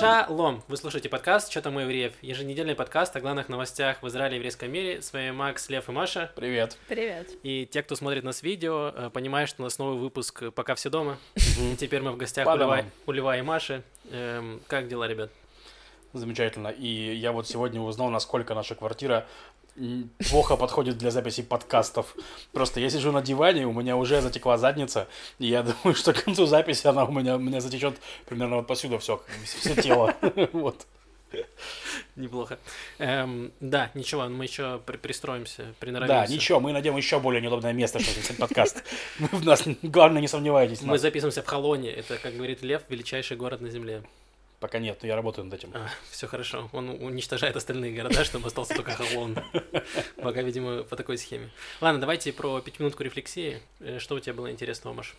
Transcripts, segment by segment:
Шалом! Вы слушаете подкаст «Чё там у евреев?» Еженедельный подкаст о главных новостях в Израиле и еврейском мире. С вами Макс, Лев и Маша. Привет. Привет. И те, кто смотрит нас видео, понимают, что у нас новый выпуск «Пока все дома». Теперь мы в гостях у Льва и Маши. Как дела, ребят? Замечательно. И я вот сегодня узнал, насколько наша квартира плохо подходит для записи подкастов. Просто я сижу на диване, у меня уже затекла задница, и я думаю, что к концу записи она у меня затечет примерно вот посюда все тело. Вот. Неплохо. Да, ничего, мы еще пристроимся, приноровимся. Да, ничего, мы найдем еще более неудобное место, чтобы записать подкаст. Вы в нас, главное, не сомневайтесь. Мы записываемся в Холоне, это, как говорит Лев, величайший город на земле. Пока нет, но я работаю над этим. Все хорошо. Он уничтожает остальные города, чтобы остался только Холон. Пока, видимо, по такой схеме. Ладно, давайте про 5-минутку рефлексии. Что у тебя было интересного, Маш?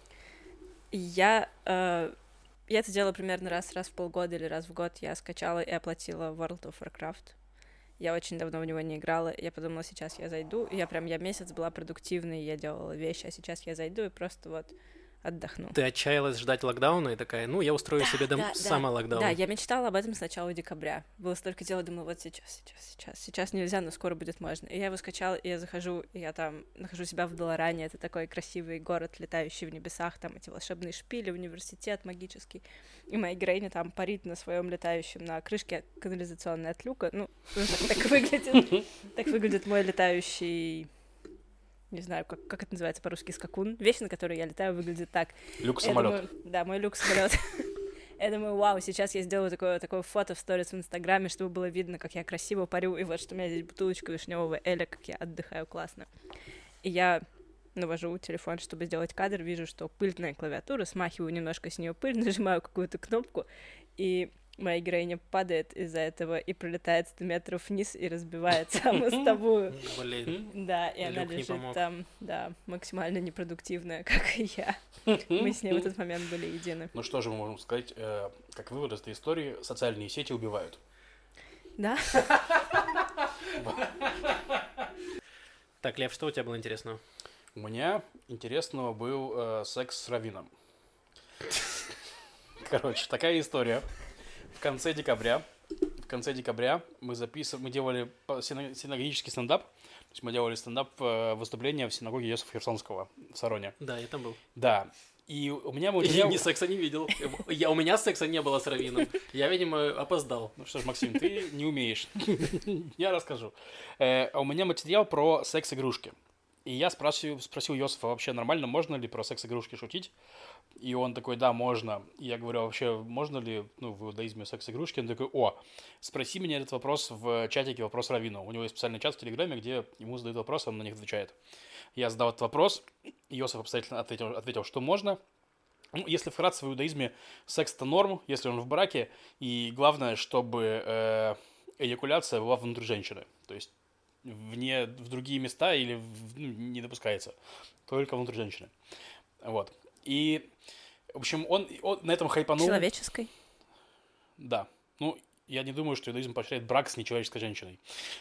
Я это делала примерно раз в полгода или раз в год. Я скачала и оплатила World of Warcraft. Я очень давно в него не играла. Я подумала, сейчас я зайду. Я месяц была продуктивной, я делала вещи, а сейчас я зайду и просто вот отдохну. Ты отчаялась ждать локдауна и такая, ну, я устрою себе сама локдаун. Да, я мечтала об этом с начала декабря. Было столько дел, думаю, вот сейчас нельзя, но скоро будет можно. И я его скачала, и я захожу, и я там нахожу себя в Долоране, это такой красивый город, летающий в небесах, там эти волшебные шпили, университет магический. И моя героиня там парит на своем летающем, на крышке канализационной от люка. Ну, так выглядит мой летающий... Не знаю, как это называется по-русски, скакун. Вещь, на которой я летаю, выглядит так. Люк-самолёт. Да, мой люк-самолёт. Я думаю, вау, сейчас я сделаю такое фото в сторис в Инстаграме, чтобы было видно, как я красиво парю, и вот что у меня здесь бутылочка вишневого эля, как я отдыхаю классно. И я навожу телефон, чтобы сделать кадр, вижу, что пыльная клавиатура, смахиваю немножко с нее пыль, нажимаю какую-то кнопку, и моя героиня падает из-за этого и пролетает 100 метров вниз и разбивается о мостовую. Да, и она лежит там, да, максимально непродуктивная, как и я. Мы с ней в этот момент были едины. Ну что же мы можем сказать, как вывод из этой истории, социальные сети убивают. Да. Так, Лев, что у тебя было интересного? У меня интересного был секс с раввином. Короче, такая история. В конце декабря мы делали синагогический стендап. То есть мы делали выступление в синагоге Йосифа Херсонского в Сароне. Да, я там был. Да. И у меня был... Я ни секса не видел. У меня секса не было с раввином. Я, видимо, опоздал. Ну что ж, Максим, ты не умеешь. Я расскажу. У меня материал про секс-игрушки. И я спросил Йосифа, вообще нормально, можно ли про секс-игрушки шутить? И он такой, да, можно. И я говорю, вообще, можно ли в иудаизме секс-игрушки? Он такой, спроси меня этот вопрос в чатике «Вопрос раввину». У него есть специальный чат в Телеграме, где ему задают вопросы, он на них отвечает. Я задал этот вопрос, и Йосиф обстоятельно ответил, что можно. Ну, если вкратце, в иудаизме секс – это норм, если он в браке, и главное, чтобы эякуляция была внутри женщины. То есть в другие места или не допускается. Только внутрь женщины. Вот. И, в общем, он на этом хайпанул. Человеческой? Да. Ну, я не думаю, что иудаизм поощряет брак с нечеловеческой женщиной.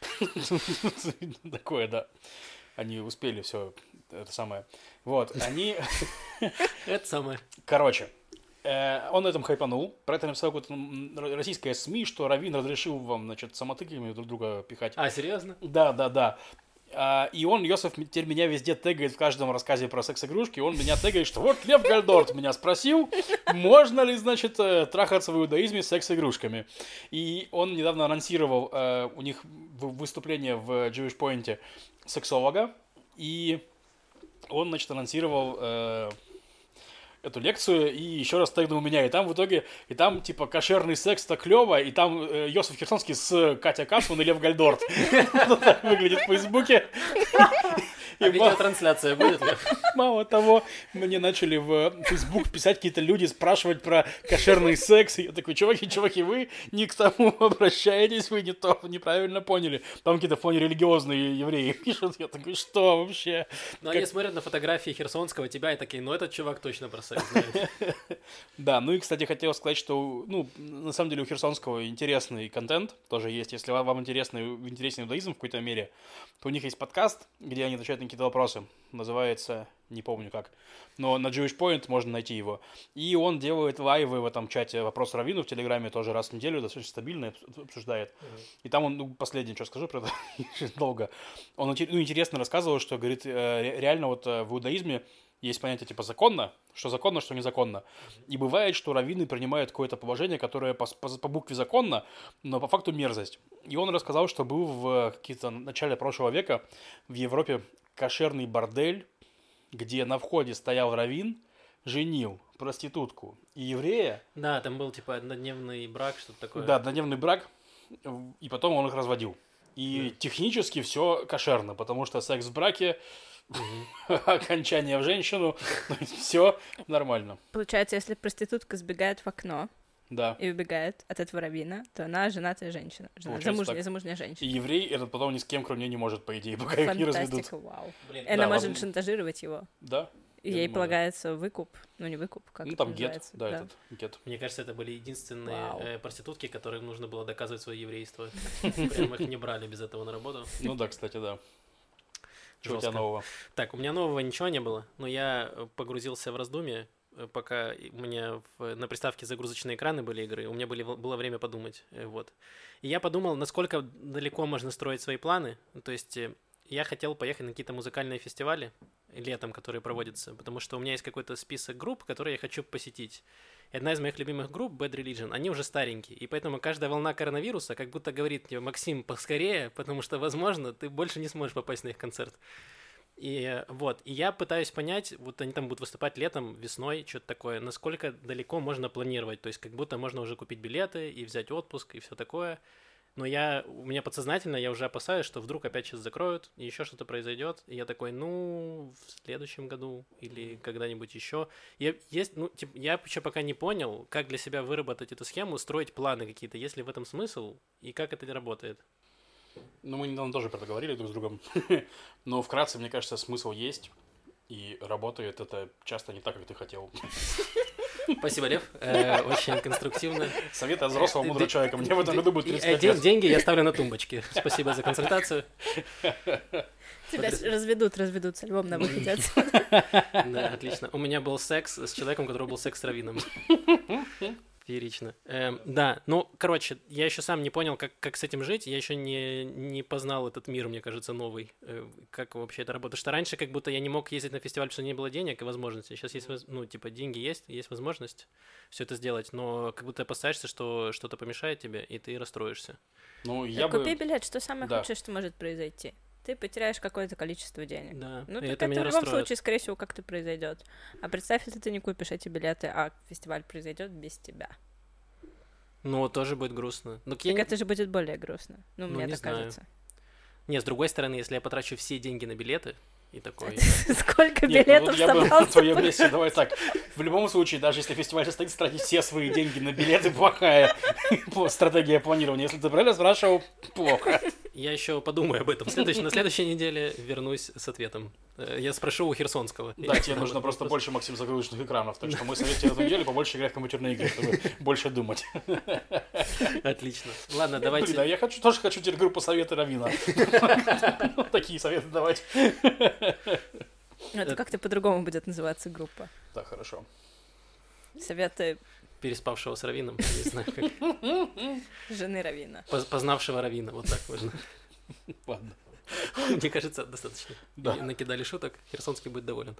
Такое, да. Они успели все это самое. Вот, они... Это самое. Короче, он на этом хайпанул. Про это написал какое-то российское СМИ, что раввин разрешил вам, значит, самотыками друг друга пихать. А, серьезно? Да. И Йосиф теперь меня везде тегает в каждом рассказе про секс-игрушки. Он меня тегает, что вот Лев Гальдорт меня спросил, можно ли, значит, трахаться в иудаизме с секс-игрушками. И он недавно анонсировал у них выступление в Jewish Point сексолога. И он, значит, анонсировал эту лекцию и еще раз тегнул меня. И там в итоге, типа кошерный секс-то клево, и там Йосиф Херсонский с Катя Кацман и Лев Гальдорт. Так выглядит в Фейсбуке. А видеотрансляция будет, Лев? Мало того, мне начали в Facebook писать какие-то люди, спрашивать про кошерный секс. И я такой, чуваки, вы не к тому обращаетесь, вы неправильно поняли. Там какие-то вполне религиозные евреи пишут. Я такой, что вообще? Ну, они смотрят на фотографии Херсонского, тебя и такие, ну, этот чувак точно про секс знает. Да, ну и, кстати, хотел сказать, что, на самом деле у Херсонского интересный контент тоже есть. Если вам интересен иудаизм в какой-то мере, то у них есть подкаст, где они отвечают на какие-то вопросы. Называется, не помню как, но на Jewish Point можно найти его. И он делает лайвы в этом чате «Вопрос Раввину» в Телеграме тоже раз в неделю, достаточно стабильно обсуждает. И там он, последнее, что скажу, правда, долго. Он интересно рассказывал, что, говорит, реально вот в иудаизме есть понятие типа законно, что незаконно. И бывает, что раввины принимают какое-то положение, которое по букве законно, но по факту мерзость. И он рассказал, что был в какие-то начале прошлого века в Европе кошерный бордель, где на входе стоял раввин, женил проститутку и еврея. Да, там был типа однодневный брак, что-то такое. Да, однодневный брак, и потом он их разводил. И технически все кошерно, потому что секс в браке, окончание в женщину, все нормально. Получается, если проститутка сбегает в окно Да. и убегает от этого раввина, то она женатая женщина. Замужняя женщина. И еврей этот потом ни с кем, кроме нее, не может, по идее, пока их не разведут. Фантастика, вау. Блин, Она да, может шантажировать его. Да. И Я ей думаю, полагается выкуп. Ну, не выкуп, как Ну, это там гет, называется. да, этот гет. Мне кажется, это были единственные Вау. проститутки, которым нужно было доказывать свое еврейство. Прям их не брали без этого на работу. Ну да, кстати, да. Что у тебя Жестко. нового? Так, у меня нового ничего не было, но я погрузился в раздумье, пока у меня на приставке загрузочные экраны были игры, у меня было время подумать, вот. И я подумал, насколько далеко можно строить свои планы, то есть я хотел поехать на какие-то музыкальные фестивали летом, которые проводятся, потому что у меня есть какой-то список групп, которые я хочу посетить. И одна из моих любимых групп, Bad Religion, они уже старенькие, и поэтому каждая волна коронавируса как будто говорит тебе: Максим, поскорее, потому что, возможно, ты больше не сможешь попасть на их концерт. И вот, и я пытаюсь понять, вот они там будут выступать летом, весной, что-то такое, насколько далеко можно планировать, то есть как будто можно уже купить билеты и взять отпуск и все такое. Но у меня подсознательно, я уже опасаюсь, что вдруг опять сейчас закроют, и еще что-то произойдет, и я такой, в следующем году или когда-нибудь еще. Я еще пока не понял, как для себя выработать эту схему, строить планы какие-то, есть ли в этом смысл, и как это работает. Ну, мы недавно тоже про это говорили друг с другом. Но вкратце, мне кажется, смысл есть, и работает это часто не так, как ты хотел. Спасибо, Лев. Очень конструктивно. Советы от взрослого мудрого человека. Мне в этом году будет 35 лет. Деньги я ставлю на тумбочке. Спасибо за консультацию. Тебя разведут со львом на выходе отсюда. Да, отлично. У меня был секс с человеком, у которого был секс с раввином. Феерично. Да, короче, я еще сам не понял, как с этим жить. Я еще не познал этот мир, мне кажется, новый. Как вообще это работает. Потому что раньше как будто я не мог ездить на фестиваль, потому что не было денег и возможностей. Сейчас есть, деньги есть возможность все это сделать, но как будто опасаешься, что что-то помешает тебе, и ты расстроишься. Купи билет, что самое Да. худшее, что может произойти? Ты потеряешь какое-то количество денег. Да, Ну, и так это это меня в любом расстроит. случае, скорее всего, как-то произойдет. А представь, если ты не купишь эти билеты, а фестиваль произойдет без тебя. Тоже будет грустно. Так это же будет более грустно. Мне не так знаю. кажется. Не, с другой стороны, если я потрачу все деньги на билеты, и такой... Сколько Нет, билетов я бы собрал? твою версию, давай так. В любом случае, даже если фестиваль состоится, тратить все свои деньги на билеты — плохая стратегия планирования. Если ты правильно спрашивал, плохо. Я еще подумаю об этом. На следующей неделе вернусь с ответом. Я спрошу у Херсонского. Да, тебе нужно просто больше, Максим, загрузочных экранов. Так что мы советуем эту неделю побольше играть в компьютерные игры, чтобы больше думать. Отлично. Ладно, давайте... Блин, а я тоже хочу теперь группу советы Равина. Такие советы давать. Это как-то по-другому будет называться группа. Да, хорошо. Советы Переспавшего с раввином, не знаю как. жены раввина. Познавшего раввина, вот так можно. Ладно. Мне кажется, достаточно. Да. Накидали шуток, Херсонский будет доволен.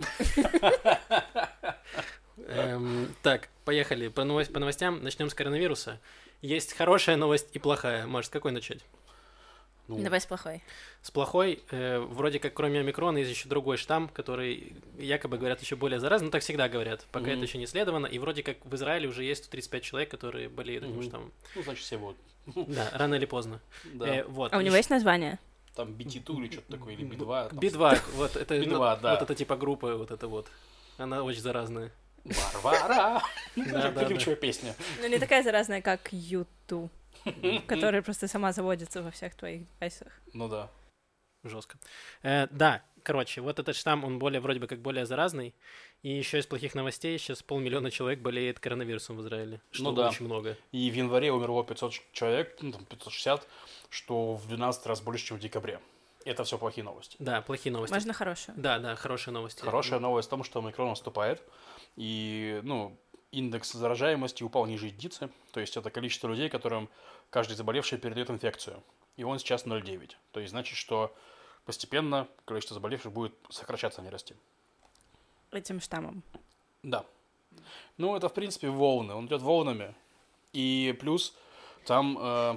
Так, поехали. По новостям начнем с коронавируса. Есть хорошая новость и плохая. Маш, с какой начать? Давай с плохой. С плохой, вроде как кроме омикрона, есть еще другой штамм, который якобы говорят еще более заразный, так всегда говорят, пока это еще не исследовано, и вроде как в Израиле уже есть 135 человек, которые болеют этим штаммом. Значит, все будут. Да, рано или поздно. Да. Вот. А у него есть название? Там BT2 или что-то такое, или B2. Би-2, вот это, Би-2, да. вот это типа группа, вот это вот. Она очень заразная. Варвара! Да. Прилипчивая песня. Не такая заразная, как YouTube, которая просто сама заводится во всех твоих девайсах. Ну да. Жестко. Да, короче, вот этот штамм, он вроде бы как более заразный. И еще из плохих новостей, сейчас 500 000 человек болеет коронавирусом в Израиле. Что очень много. И в январе умерло 500 человек, 560, что в 12 раз больше, чем в декабре. Это все плохие новости. Да, плохие новости. Можно хорошую? Да, хорошие новости. Хорошая новость в том, что омикрон наступает, и, индекс заражаемости упал ниже единицы, то есть это количество людей, которым каждый заболевший передает инфекцию, и он сейчас 0,9. То есть значит, что постепенно количество заболевших будет сокращаться, а не расти. Этим штаммом. Да. Это, в принципе, волны. Он идет волнами. И плюс там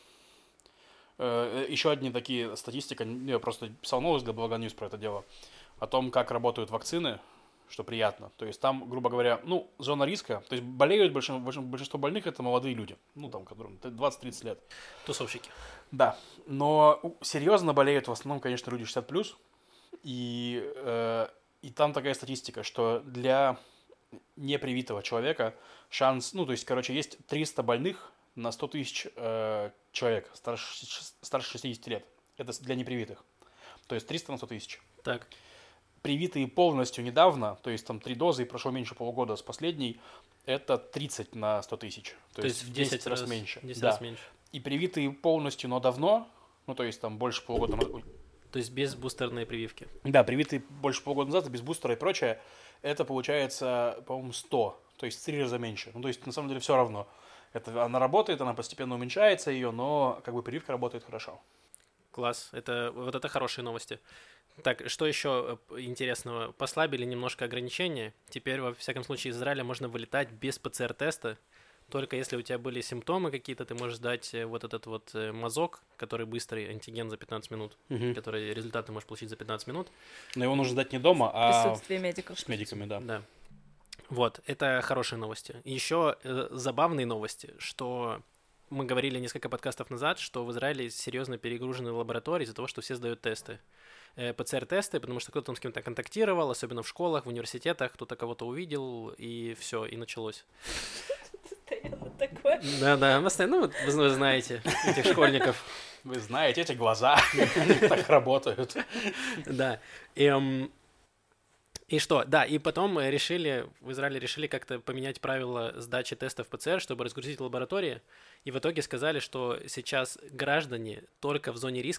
еще одни такие статистика. Я просто писал новость для Благо Ньюс про это дело. О том, как работают вакцины, что приятно. То есть там, грубо говоря, зона риска. То есть болеют большинство больных это молодые люди. Которым 20-30 лет. Тусовщики. Да. Но серьезно болеют в основном, конечно, люди 60+. И там такая статистика, что для непривитого человека шанс, есть 300 больных на 100 тысяч человек старше 60 лет. Это для непривитых. То есть 300 на 100 тысяч. Так. Привитые полностью недавно, то есть там 3 дозы и прошло меньше полугода с последней, это 30 на 100 тысяч. То есть в 10 раз меньше. 10 раз меньше. И привитые полностью, но давно, то есть там больше полугода назад. То есть без бустерной прививки. Да, привитые больше полугода назад, без бустера и прочее, это получается, по-моему, 100. То есть в 3 раза меньше. То есть на самом деле все равно. Она работает, она постепенно уменьшается ее, но прививка работает хорошо. Класс. Это хорошие новости. Так, что еще интересного? Послабили немножко ограничения. Теперь, во всяком случае, из Израиля можно вылетать без ПЦР-теста. Только если у тебя были симптомы какие-то, ты можешь сдать вот этот вот мазок, который быстрый антиген за 15 минут, который результат ты можешь получить за 15 минут. Но его нужно сдать не дома, а в присутствии медиков. С медиками, да. Да. Вот, это хорошие новости. Еще забавные новости, что мы говорили несколько подкастов назад, что в Израиле серьезно перегружены лаборатории из-за того, что все сдают тесты. ПЦР-тесты, потому что кто-то там с кем-то контактировал, особенно в школах, в университетах, кто-то кого-то увидел, и все, и началось. Постоянно такое. Да, постоянно, вы знаете этих школьников. Вы знаете, эти глаза, они так работают. Да. И что? Да, и потом в Израиле решили как-то поменять правила сдачи тестов ПЦР, чтобы разгрузить лаборатории. И в итоге сказали, что сейчас граждане только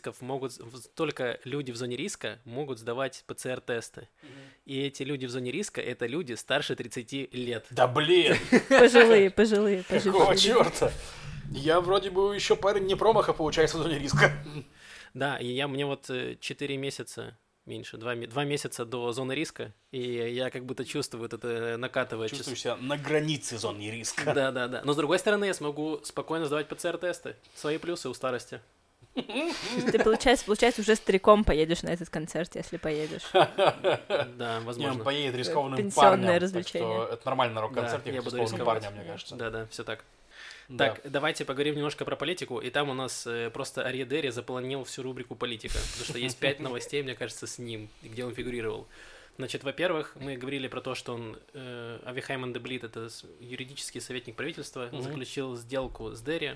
люди в зоне риска могут сдавать ПЦР-тесты. И эти люди в зоне риска — это люди старше 30 лет. Да блин! Пожилые. Какого черта? Я вроде бы еще парень не промаха, получается, в зоне риска. Да, и мне 4 месяца меньше, 2 месяца до зоны риска, и я как будто чувствую это накатывает. Чувствуешь себя на границе зоны риска. Да. Но с другой стороны, я смогу спокойно сдавать ПЦР-тесты. Свои плюсы у старости. Ты, получается, уже стариком поедешь на этот концерт, если поедешь. Да, возможно. Он поедет рискованным Пенсионное парнем. развлечение. Так что это нормально на рок-концерт, я буду рискованным рисковать. парнем, мне кажется. Да, все так. Да. Так, давайте поговорим немножко про политику. И там у нас просто Арье Дери заполонил всю рубрику «Политика», потому что есть 5 новостей, мне кажется, с ним, где он фигурировал. Значит, во-первых, мы говорили про то, что он, Авихай Манделблит, это юридический советник правительства, заключил сделку с Дери.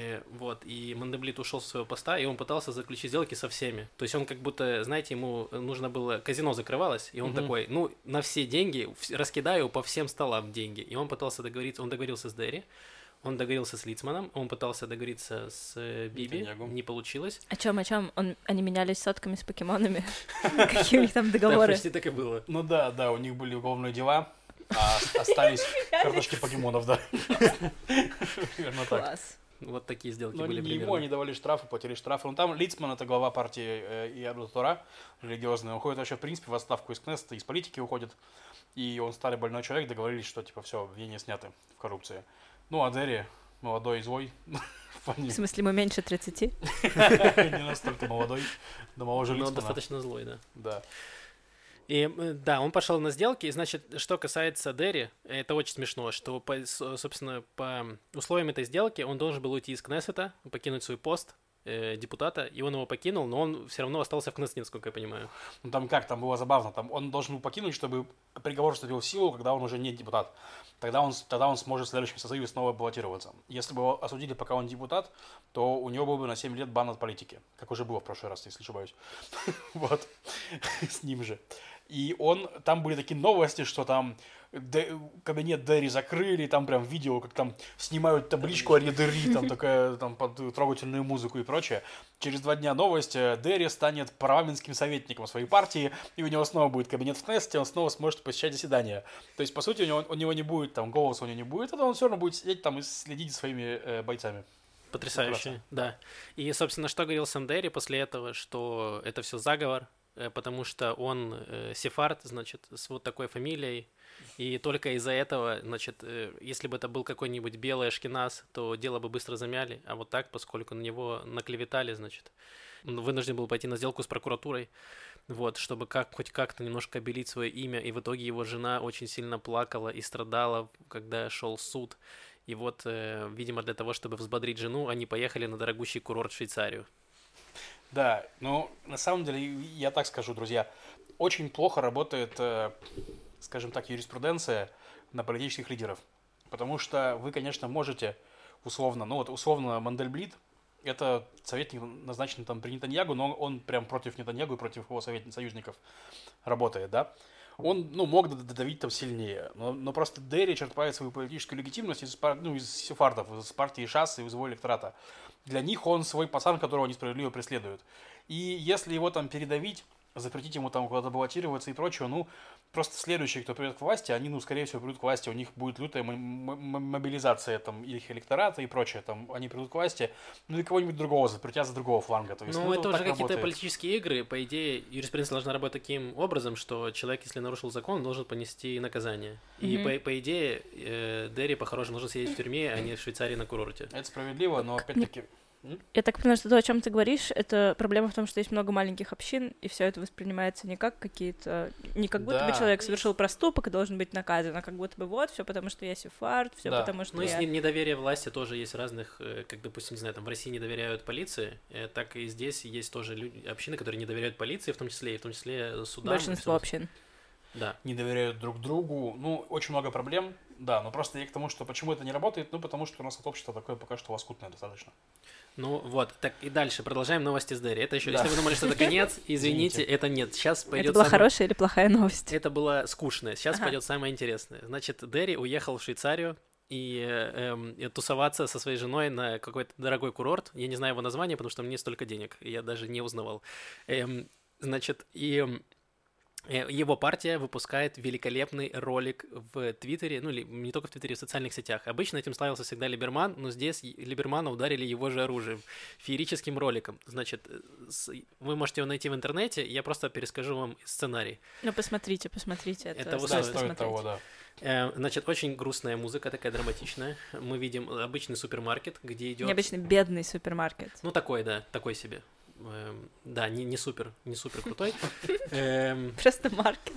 И Манделблит ушел со своего поста, и он пытался заключить сделки со всеми. То есть он как будто, знаете, ему нужно было... Казино закрывалось, и он такой, на все деньги, раскидаю по всем столам деньги. И он пытался договориться, он договорился с Дери, он договорился с Лицманом, он пытался договориться с Биби, не получилось. О чем? Они менялись сотками с покемонами? Какие у них там договоры? Да, почти так и было. Да, у них были уголовные дела, а остались карточки покемонов, да. Примерно так. Класс. Вот такие сделки Но были примерно. ему они давали штрафы, платили штрафы. Там Лицман, это глава партии Иадут Тора, религиозная, уходит вообще, в принципе, в отставку из Кнессета, из политики уходит. И он старый больной человек, договорились, что, все, обвинения сняты в коррупции. А Дери, молодой и злой. В смысле, ему меньше 30? Не настолько молодой, но моложе Лицмана. Но достаточно злой, да. Да. И да, он пошел на сделки. И, значит, что касается Дери, это очень смешно, что, собственно, по условиям этой сделки он должен был уйти из Кнессета, покинуть свой пост депутата, и он его покинул, но он все равно остался в Кнессете, насколько я понимаю. Там было забавно. Там он должен был покинуть, чтобы приговор вступил в силу, когда он уже не депутат. Тогда он сможет в следующем созыве снова баллотироваться. Если бы его осудили, пока он депутат, то у него был бы на 7 лет бан от политики. Как уже было в прошлый раз, если не ошибаюсь. Вот. С ним же. И там были такие новости, что там кабинет Дерри закрыли, там прям видео, как там снимают табличку Ари Дерри, там такая, там под трогательную музыку и прочее. Через 2 дня новость, Дерри станет парламентским советником своей партии, и у него снова будет кабинет в Кнессете, он снова сможет посещать заседания. То есть, по сути, у него не будет, там, голоса у него не будет, но он все равно будет сидеть там и следить за своими бойцами. Потрясающе, да. И, собственно, что говорил сам Дерри после этого, что это все заговор, потому что он сефард, значит, с вот такой фамилией, и только из-за этого, значит, если бы это был какой-нибудь белый ашкеназ, то дело бы быстро замяли, а вот так, поскольку на него наклеветали, значит, он вынужден был пойти на сделку с прокуратурой, вот, чтобы хоть как-то немножко обелить свое имя, и в итоге его жена очень сильно плакала и страдала, когда шел суд, и вот, видимо, для того, чтобы взбодрить жену, они поехали на дорогущий курорт в Швейцарию. Да, ну, на самом деле, я так скажу, друзья, очень плохо работает, скажем так, юриспруденция на политических лидеров. Потому что вы, конечно, можете условно, Мандельблит, это советник, назначенный там при Нетаньягу, но он прям против Нетаньягу и против его союзников работает, да. Он, мог додавить там сильнее, но просто Дерри черпает свою политическую легитимность из сефардов, из партии ШАС и из его электората. Для них он свой пацан, которого они справедливо преследуют. И если его там передавить, запретить ему там куда-то баллотироваться и прочее, просто следующие, кто придет к власти, они, скорее всего, придут к власти, у них будет лютая мобилизация там их электората и прочее, там они придут к власти, и кого-нибудь другого запретят с другого фланга. То есть, это уже какие-то политические игры, по идее, юриспруденция должна работать таким образом, что человек, если нарушил закон, должен понести наказание. И по идее, Дерри, по-хорошему, должен сидеть в тюрьме, а не в Швейцарии на курорте. Это справедливо, но опять-таки... Я так понимаю, что то, о чем ты говоришь, это проблема в том, что есть много маленьких общин, и все это воспринимается не как не как будто бы человек совершил проступок и должен быть наказан, а как будто бы все потому, что я сефард, все потому, что если недоверие власти тоже есть разных, как, допустим, не знаю, там в России не доверяют полиции, так и здесь есть тоже общины, которые не доверяют полиции, в том числе судам. Большинство общин. Да. Не доверяют друг другу, очень много проблем, да, но просто я к тому, что почему это не работает, потому что у нас общество такое пока что лоскутное достаточно. Так и дальше продолжаем новости с Дерри. Это еще, если вы думали, что это конец, извините, это нет. Сейчас пойдет. Это была хорошая или плохая новость? Это была скучная. Сейчас пойдет самое интересное. Значит, Дерри уехал в Швейцарию и тусоваться со своей женой на какой-то дорогой курорт. Я не знаю его название, потому что у меня нет столько денег. Я даже не узнавал. Значит, его партия выпускает великолепный ролик в Твиттере, или не только в Твиттере, в социальных сетях. Обычно этим славился всегда Либерман, но здесь Либермана ударили его же оружием, феерическим роликом. Значит, вы можете его найти в интернете, я просто перескажу вам сценарий. Посмотрите, это стоит того, да. Значит, очень грустная музыка, такая драматичная. Мы видим обычный супермаркет, где идет... Необычный бедный супермаркет. Такой себе. Да, не супер крутой. Просто маркет.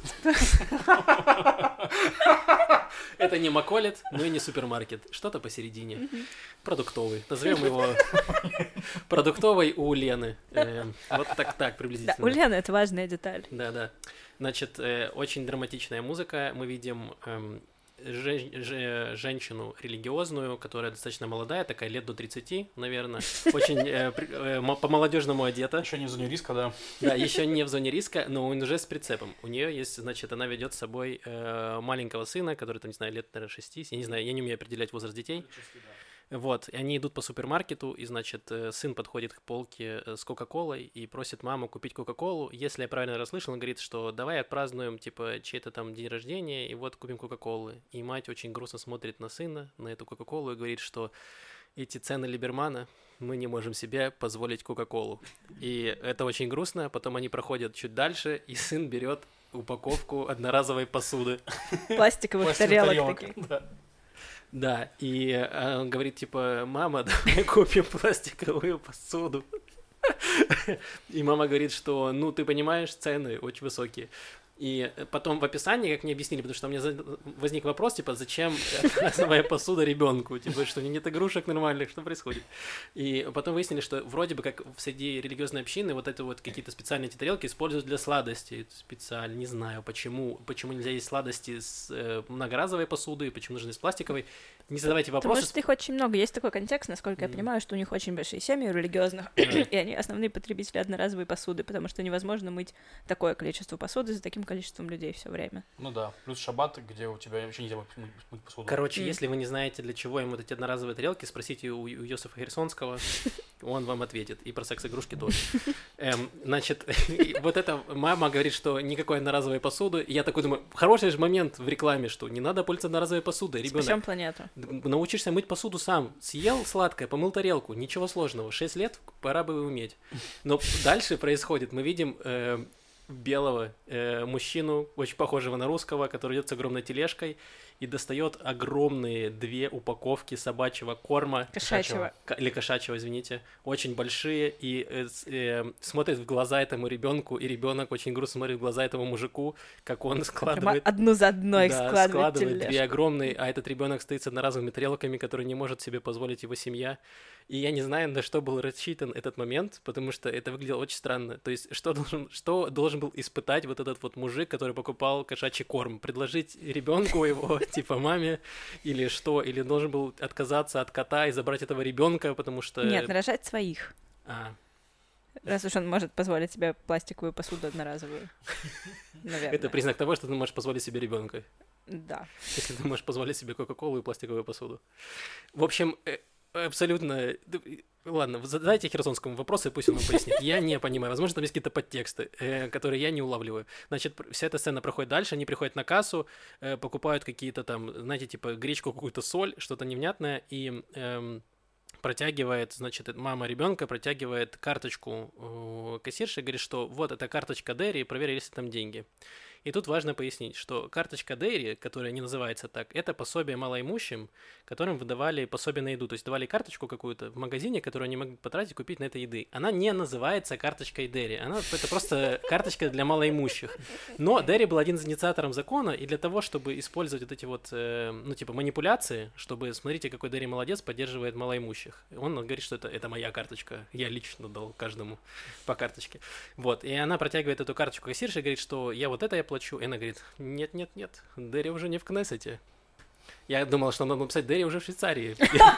Это не Макколет, но и не супермаркет. Что-то посередине. Продуктовый. Назовем его продуктовый у Лены. Вот так приблизительно. Да, у Лены это важная деталь. Да. Значит, очень драматичная музыка. Мы видим женщину религиозную, которая достаточно молодая, такая лет до 30, наверное, очень по-молодежному одета. Еще не в зоне риска, да. Да, еще не в зоне риска, но он уже с прицепом. У нее есть, значит, она ведет с собой маленького сына, который, там, не знаю, лет, наверное, 6, я не знаю, я не умею определять возраст детей. Вот, и они идут по супермаркету, и, значит, сын подходит к полке с Кока-Колой и просит маму купить Кока-Колу. Если я правильно расслышал, он говорит, что давай отпразднуем, чей-то там день рождения, и вот купим Кока-Колы. И мать очень грустно смотрит на сына, на эту Кока-Колу, и говорит, что эти цены Либермана, мы не можем себе позволить Кока-Колу. И это очень грустно, потом они проходят чуть дальше, и сын берет упаковку одноразовой посуды. Пластиковых тарелок таких. Да, и он говорит, мама, давай купим пластиковую посуду. И мама говорит, что, ты понимаешь, цены очень высокие. И потом в описании, как мне объяснили, потому что у меня возник вопрос, зачем одноразовая посуда ребенку? Что нет игрушек нормальных, что происходит? И потом выяснили, что вроде бы как среди религиозной общины вот это вот какие-то специальные эти тарелки используют для сладостей. Специально, не знаю, почему нельзя есть сладости с многоразовой посудой, почему нужны с пластиковой. Не задавайте вопросы. Потому что их очень много. Есть такой контекст, насколько я понимаю, что у них очень большие семьи религиозных, и они основные потребители одноразовой посуды, потому что невозможно мыть такое количество посуды за таким количеством людей все время. Ну да, плюс шаббат, где у тебя вообще нельзя мыть посуду. Короче, если вы не знаете, для чего ему эти одноразовые тарелки, спросите у Йосифа Херсонского, он вам ответит. И про секс-игрушки тоже. Значит, вот эта мама говорит, что никакой одноразовой посуды. И я такой думаю, хороший же момент в рекламе, что не надо пользоваться одноразовой посудой. Спасем Ребенок, планету. научишься мыть посуду сам. Съел сладкое, помыл тарелку. Ничего сложного. 6 лет, пора бы уметь. Но дальше происходит. Мы видим белого мужчину, очень похожего на русского, который идет с огромной тележкой и достает огромные 2 упаковки собачьего корма. Кошачьего. Или кошачьего, извините. Очень большие. И смотрит в глаза этому ребенку, и ребенок очень грустно смотрит в глаза этому мужику, как он складывает... Одну за одной их складывает складывает 2 огромные, а этот ребенок стоит с одноразовыми тарелками, которые не может себе позволить его семья. И я не знаю, на что был рассчитан этот момент, потому что это выглядело очень странно. То есть, что должен был испытать вот этот вот мужик, который покупал кошачий корм? Предложить ребенку его, типа маме, или что? Или должен был отказаться от кота и забрать этого ребенка, потому что... Нет, нарожать своих. А. Раз уж он может позволить себе пластиковую посуду одноразовую. Наверное. Это признак того, что ты можешь позволить себе ребенка. Да. Если ты можешь позволить себе Кока-Колу и пластиковую посуду. В общем, абсолютно... Ладно, задайте Херсонскому вопросы, пусть он нам пояснит. Я не понимаю. Возможно, там есть какие-то подтексты, которые я не улавливаю. Значит, вся эта сцена проходит дальше, они приходят на кассу, покупают какие-то там, знаете, типа гречку, какую-то соль, что-то невнятное, и протягивает, значит, мама ребенка протягивает карточку кассирши и говорит, что вот эта карточка Дэри, проверь, есть ли там деньги. И тут важно пояснить, что карточка Дэри, которая не называется так, это пособие малоимущим, которым выдавали пособие на еду. То есть давали карточку какую-то в магазине, которую они могли потратить, купить на это еды. Она не называется карточкой Дэри. Это просто карточка для малоимущих. Но Дэри был один из инициаторов закона, и для того, чтобы использовать вот эти вот, ну, типа, манипуляции, чтобы, смотрите, какой Дэри молодец, поддерживает малоимущих. Он говорит, что это моя карточка. Я лично дал каждому по карточке. Вот. И она протягивает эту карточку кассирше и говорит, что я вот это я плачу. И она говорит, нет, Дэри уже не в Кнессете. Я думал, что надо написать Дэри уже в Швейцарии.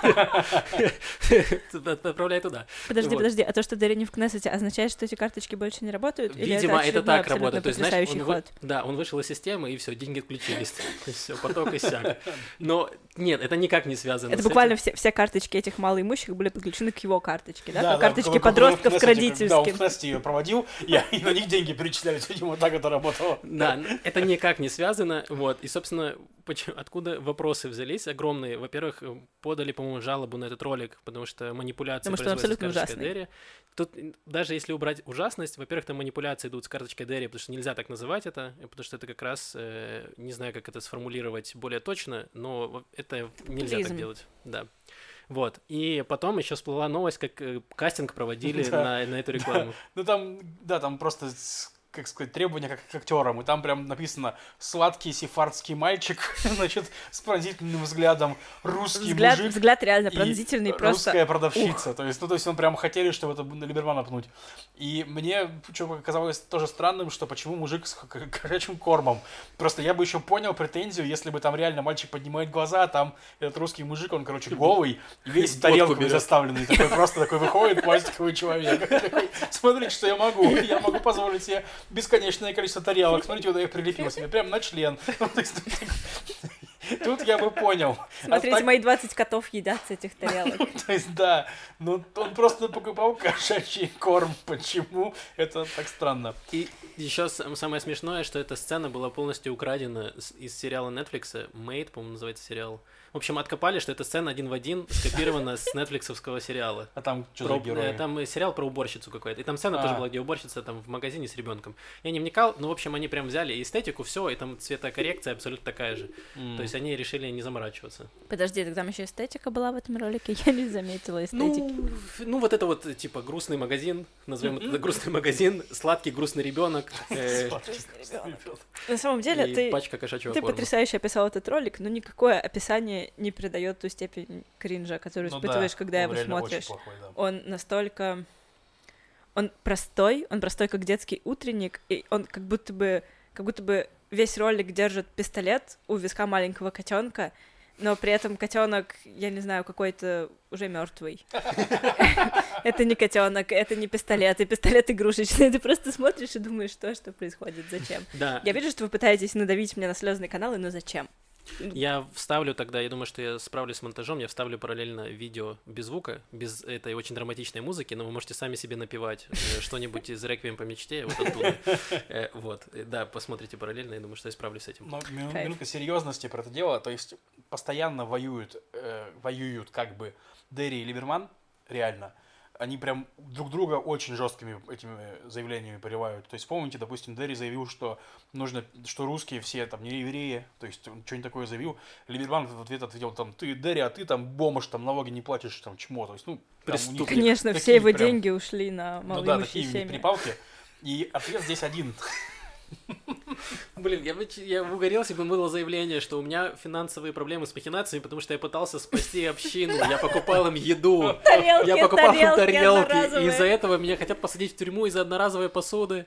Отправляй туда. Подожди, а то, что Дэри не в Кнессете, означает, что эти карточки больше не работают? Видимо, это так работает. То есть, знаешь, да, он вышел из системы, и все, деньги отключились. Все, поток иссяк. Но нет, это никак не связано. Это буквально все карточки этих малоимущих были подключены к его карточке, да? Как карточки подростков к родительским. Да, он в Кнессете ее проводил, и на них деньги перечислялись. Видимо, так это работало. Да, это никак не связано. Вот. И, собственно, откуда вопросы взялись огромные? Во-первых, подали, по-моему, жалобу на этот ролик, потому что манипуляции производятся с карточкой Дэри. Тут даже если убрать ужасность, во-первых, там манипуляции идут с карточкой Дэри, потому что нельзя так называть это, потому что это как раз, не знаю, как это сформулировать более точно, но это нельзя так делать. Да. Вот. И потом еще всплыла новость, как кастинг проводили на эту рекламу. Ну там просто... как сказать, требования как к актерам. И там прям написано «сладкий сефардский мальчик», значит, с пронзительным взглядом, русский мужик. Взгляд реально пронзительный, просто... русская продавщица. То есть он прям хотели, чтобы это на Либермана пнуть. И мне что показалось тоже странным, что почему мужик с горячим кормом. Просто я бы еще понял претензию, если бы там реально мальчик поднимает глаза, а там этот русский мужик, он, короче, голый, и весь тарелками заставленный. Просто такой выходит пластиковый человек. Смотрите, что я могу. Я могу позволить себе бесконечное количество тарелок. Смотрите, вот я их прилепил себе прям на член. Тут я бы понял. Смотрите, мои 20 котов едят с этих тарелок. То есть, да, ну он просто покупал кошачий корм. Почему? Это так странно. И еще самое смешное, что эта сцена была полностью украдена из сериала Netflix. Made, по-моему, называется сериал. В общем, откопали, что эта сцена один в один скопирована с нетфликсовского сериала. А там что за герои? Там сериал про уборщицу какой-то. И там сцена тоже была, где уборщица там в магазине с ребенком. Я не вникал, но, в общем, они прям взяли эстетику, все, и там цветокоррекция абсолютно такая же. То есть они решили не заморачиваться. Подожди, так там еще эстетика была в этом ролике? Я не заметила эстетики. Ну вот это вот, типа, грустный магазин, назовем это грустный магазин, сладкий грустный ребенок. На самом деле, ты потрясающе описал этот ролик, но никакое описание не придает ту степень кринжа, которую испытываешь, когда его смотришь. Плохой, да. Он настолько... Он простой, как детский утренник, и он как будто бы весь ролик держит пистолет у виска маленького котенка, но при этом котенок, я не знаю, какой-то уже мертвый. Это не котенок, это не пистолет, и пистолет игрушечный. Ты просто смотришь и думаешь, что происходит, зачем. Да. Я вижу, что вы пытаетесь надавить мне на слезные каналы, но зачем? Я вставлю тогда, я думаю, что я справлюсь с монтажом, я вставлю параллельно видео без звука, без этой очень драматичной музыки, но вы можете сами себе напевать что-нибудь из «Реквием по мечте», вот оттуда. Вот, да, посмотрите параллельно, я думаю, что я справлюсь с этим. Но минутка серьезности про это дело, то есть постоянно воюют как бы Дерри и Либерман, реально. Они прям друг друга очень жесткими этими заявлениями поливают. То есть, помните, допустим, Дерри заявил, что что русские все там не евреи, то есть он что-нибудь такое заявил. Либерман в ответ ответил, там, ты, Дерри, а ты там бомж, там налоги не платишь, там, чмо. То есть, ну, Преступник. Конечно, все его деньги ушли на малоимущие семьи. Перепалки. И ответ здесь один. Блин, я бы угорел, если бы было заявление, что у меня финансовые проблемы с махинациями, потому что я пытался спасти общину, я покупал им еду, я покупал им тарелки, и из-за этого меня хотят посадить в тюрьму из-за одноразовой посуды.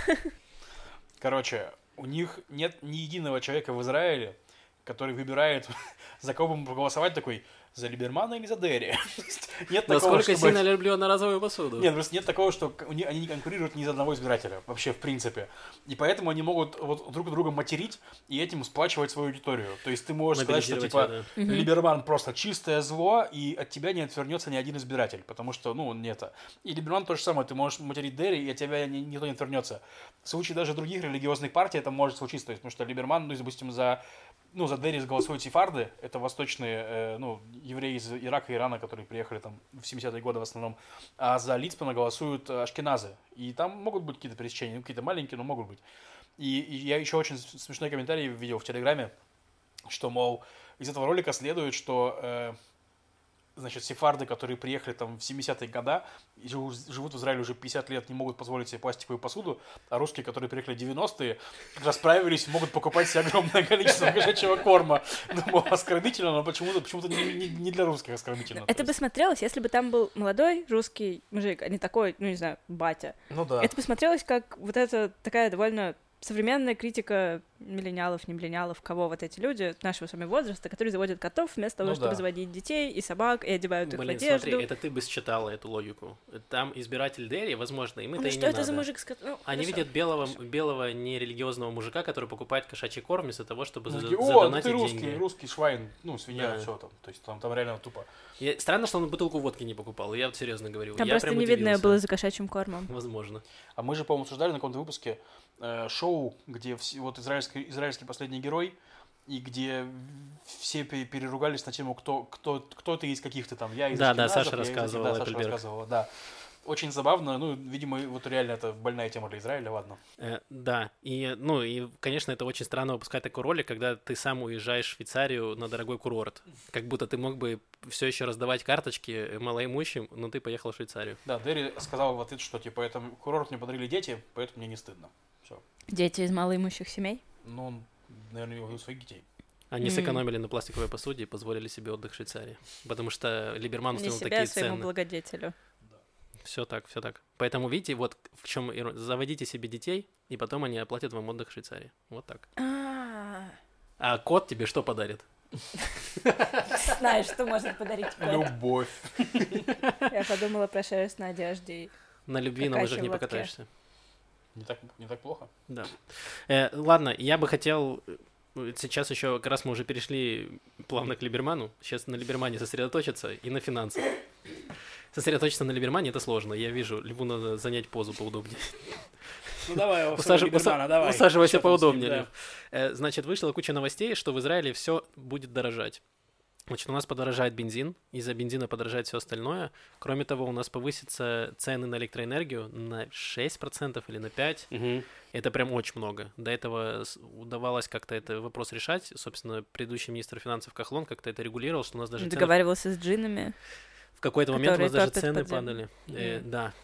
Короче, у них нет ни единого человека в Израиле, который выбирает, за кого ему проголосовать, такой, за Либермана или за Дерри. Нет такого, насколько сильно я люблю одноразовую посуду. Нет, просто нет такого, что они не конкурируют ни за одного избирателя, вообще, в принципе. И поэтому они могут вот друг друга материть и этим сплачивать свою аудиторию. То есть ты можешь сказать, что, типа, Либерман просто чистое зло, и от тебя не отвернется ни один избиратель, потому что, ну, он не это. И Либерман то же самое, ты можешь материть Дерри, и от тебя никто не отвернется. В случае даже других религиозных партий это может случиться, то есть, потому что Либерман, ну, допустим, за Дерри голосуют сефарды, это восточные, евреи из Ирака и Ирана, которые приехали там в 70-е годы в основном, а за Лицмана голосуют ашкеназы. И там могут быть какие-то пересечения, какие-то маленькие, но могут быть. И я еще очень смешной комментарий видел в Телеграме, что, мол, из этого ролика следует, что значит, сефарды, которые приехали там в 70-е годы, и живут в Израиле уже 50 лет, не могут позволить себе пластиковую посуду, а русские, которые приехали в 90-е, как раз справились, могут покупать себе огромное количество кошачьего корма. Думал, оскорбительно, но почему-то не для русских оскорбительно. Это бы смотрелось, если бы там был молодой русский мужик, а не такой, ну не знаю, батя. Ну да. Это бы смотрелось как вот эта такая довольно современная критика миллениалов, не миллениалов, кого вот эти люди нашего с вами возраста, которые заводят котов вместо того, чтобы заводить детей и собак, и одевают их в одежду. Смотри, это ты бы считала эту логику. Там избиратель Дерри, возможно, им это и не надо. Что это за мужик? Они видят белого нерелигиозного мужика, который покупает кошачий корм вместо того, чтобы задонатить деньги. Ты русский швайн, свинья, все там. То есть там реально тупо. Странно, что он бутылку водки не покупал, я вот серьезно говорю. Там просто не видно было за кошачьим кормом. Возможно. А мы же, по-моему, обсуждали на каком-то выпуске шоу, где вот израильский последний герой, и где все переругались на тему, кто ты из каких-то там. Я из Ашкеназов, Саша рассказывала. Да. Очень забавно, видимо, вот реально это больная тема для Израиля, ладно. Да, и, конечно, это очень странно выпускать такой ролик, когда ты сам уезжаешь в Швейцарию на дорогой курорт. Как будто ты мог бы все еще раздавать карточки малоимущим, но ты поехал в Швейцарию. Да, Дерри сказал в ответ, что, типа, это курорт мне подарили дети, поэтому мне не стыдно. Все. Дети из малоимущих семей? Он, наверное, у своих детей. Они сэкономили на пластиковой посуде и позволили себе отдых в Швейцарии. Потому что Либерман установил такие цены. Своему благодетелю. Все так. Поэтому, видите, вот в чем заводите себе детей, и потом они оплатят вам отдых в Швейцарии. Вот так. А кот тебе что подарит? Знаешь, что может подарить кот? Любовь. Я подумала про шерсть на одежде. На любви на лыжах не покатаешься. Не так плохо? Да. Ладно, я бы хотел... Сейчас еще, как раз мы уже перешли плавно к Либерману. Сейчас на Либермане сосредоточиться и на финансах. Сосредоточиться на Либермане — это сложно. Я вижу, Льву надо занять позу поудобнее. Ну давай, давай. Усаживайся поудобнее, Лев. Значит, вышла куча новостей, что в Израиле все будет дорожать. Значит, у нас подорожает бензин, из-за бензина подорожает все остальное. Кроме того, у нас повысятся цены на электроэнергию на 6% или на 5%. Это прям очень много. До этого удавалось как-то этот вопрос решать. Собственно, предыдущий министр финансов Кахлон как-то это регулировал, что у нас даже договаривался с джиннами. В какой-то момент у нас даже цены падали. Да.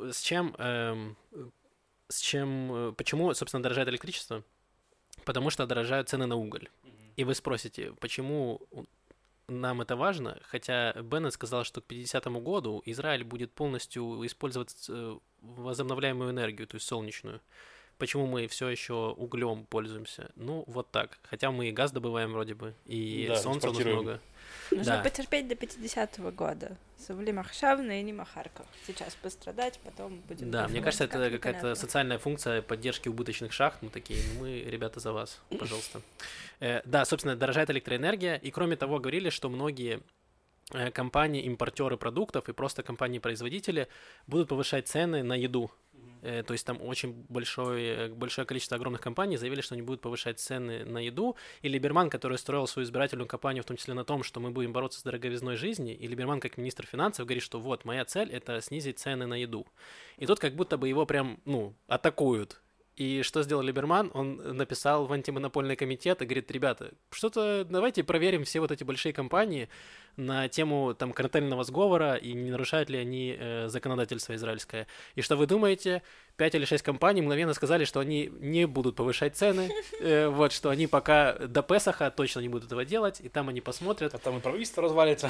Почему, собственно, дорожает электричество? Потому что дорожают цены на уголь. И вы спросите, почему нам это важно? Хотя Беннет сказал, что к 50-му году Израиль будет полностью использовать возобновляемую энергию, то есть солнечную. почему мы все еще углем пользуемся. Ну, вот так. Хотя мы и газ добываем вроде бы, и Да, солнца у нас экспортируем. много. Нужно Да. потерпеть до 50-го года. Совли Махшавна и не Махарков. Сейчас пострадать, потом будет... Да, мне кажется, это как-то какая-то понятно. социальная функция поддержки убыточных шахт. Мы такие, мы, ребята, за вас, пожалуйста. Да, собственно, дорожает электроэнергия. И кроме того, говорили, что многие компании, импортеры продуктов и просто компании-производители будут повышать цены на еду. То есть там очень большое количество огромных компаний заявили, что они будут повышать цены на еду. И Либерман, который строил свою избирательную кампанию в том числе на том, что мы будем бороться с дороговизной жизни, и Либерман как министр финансов говорит, что вот, моя цель — это снизить цены на еду. И тут как будто бы его прям, атакуют. И что сделал Либерман? Он написал в антимонопольный комитет и говорит, ребята, что-то давайте проверим все вот эти большие компании на тему там картельного сговора и не нарушают ли они законодательство израильское. И что вы думаете? 5 или 6 компаний мгновенно сказали, что они не будут повышать цены, вот, что они пока до Песаха точно не будут этого делать, и там они посмотрят. А там и правительство развалится.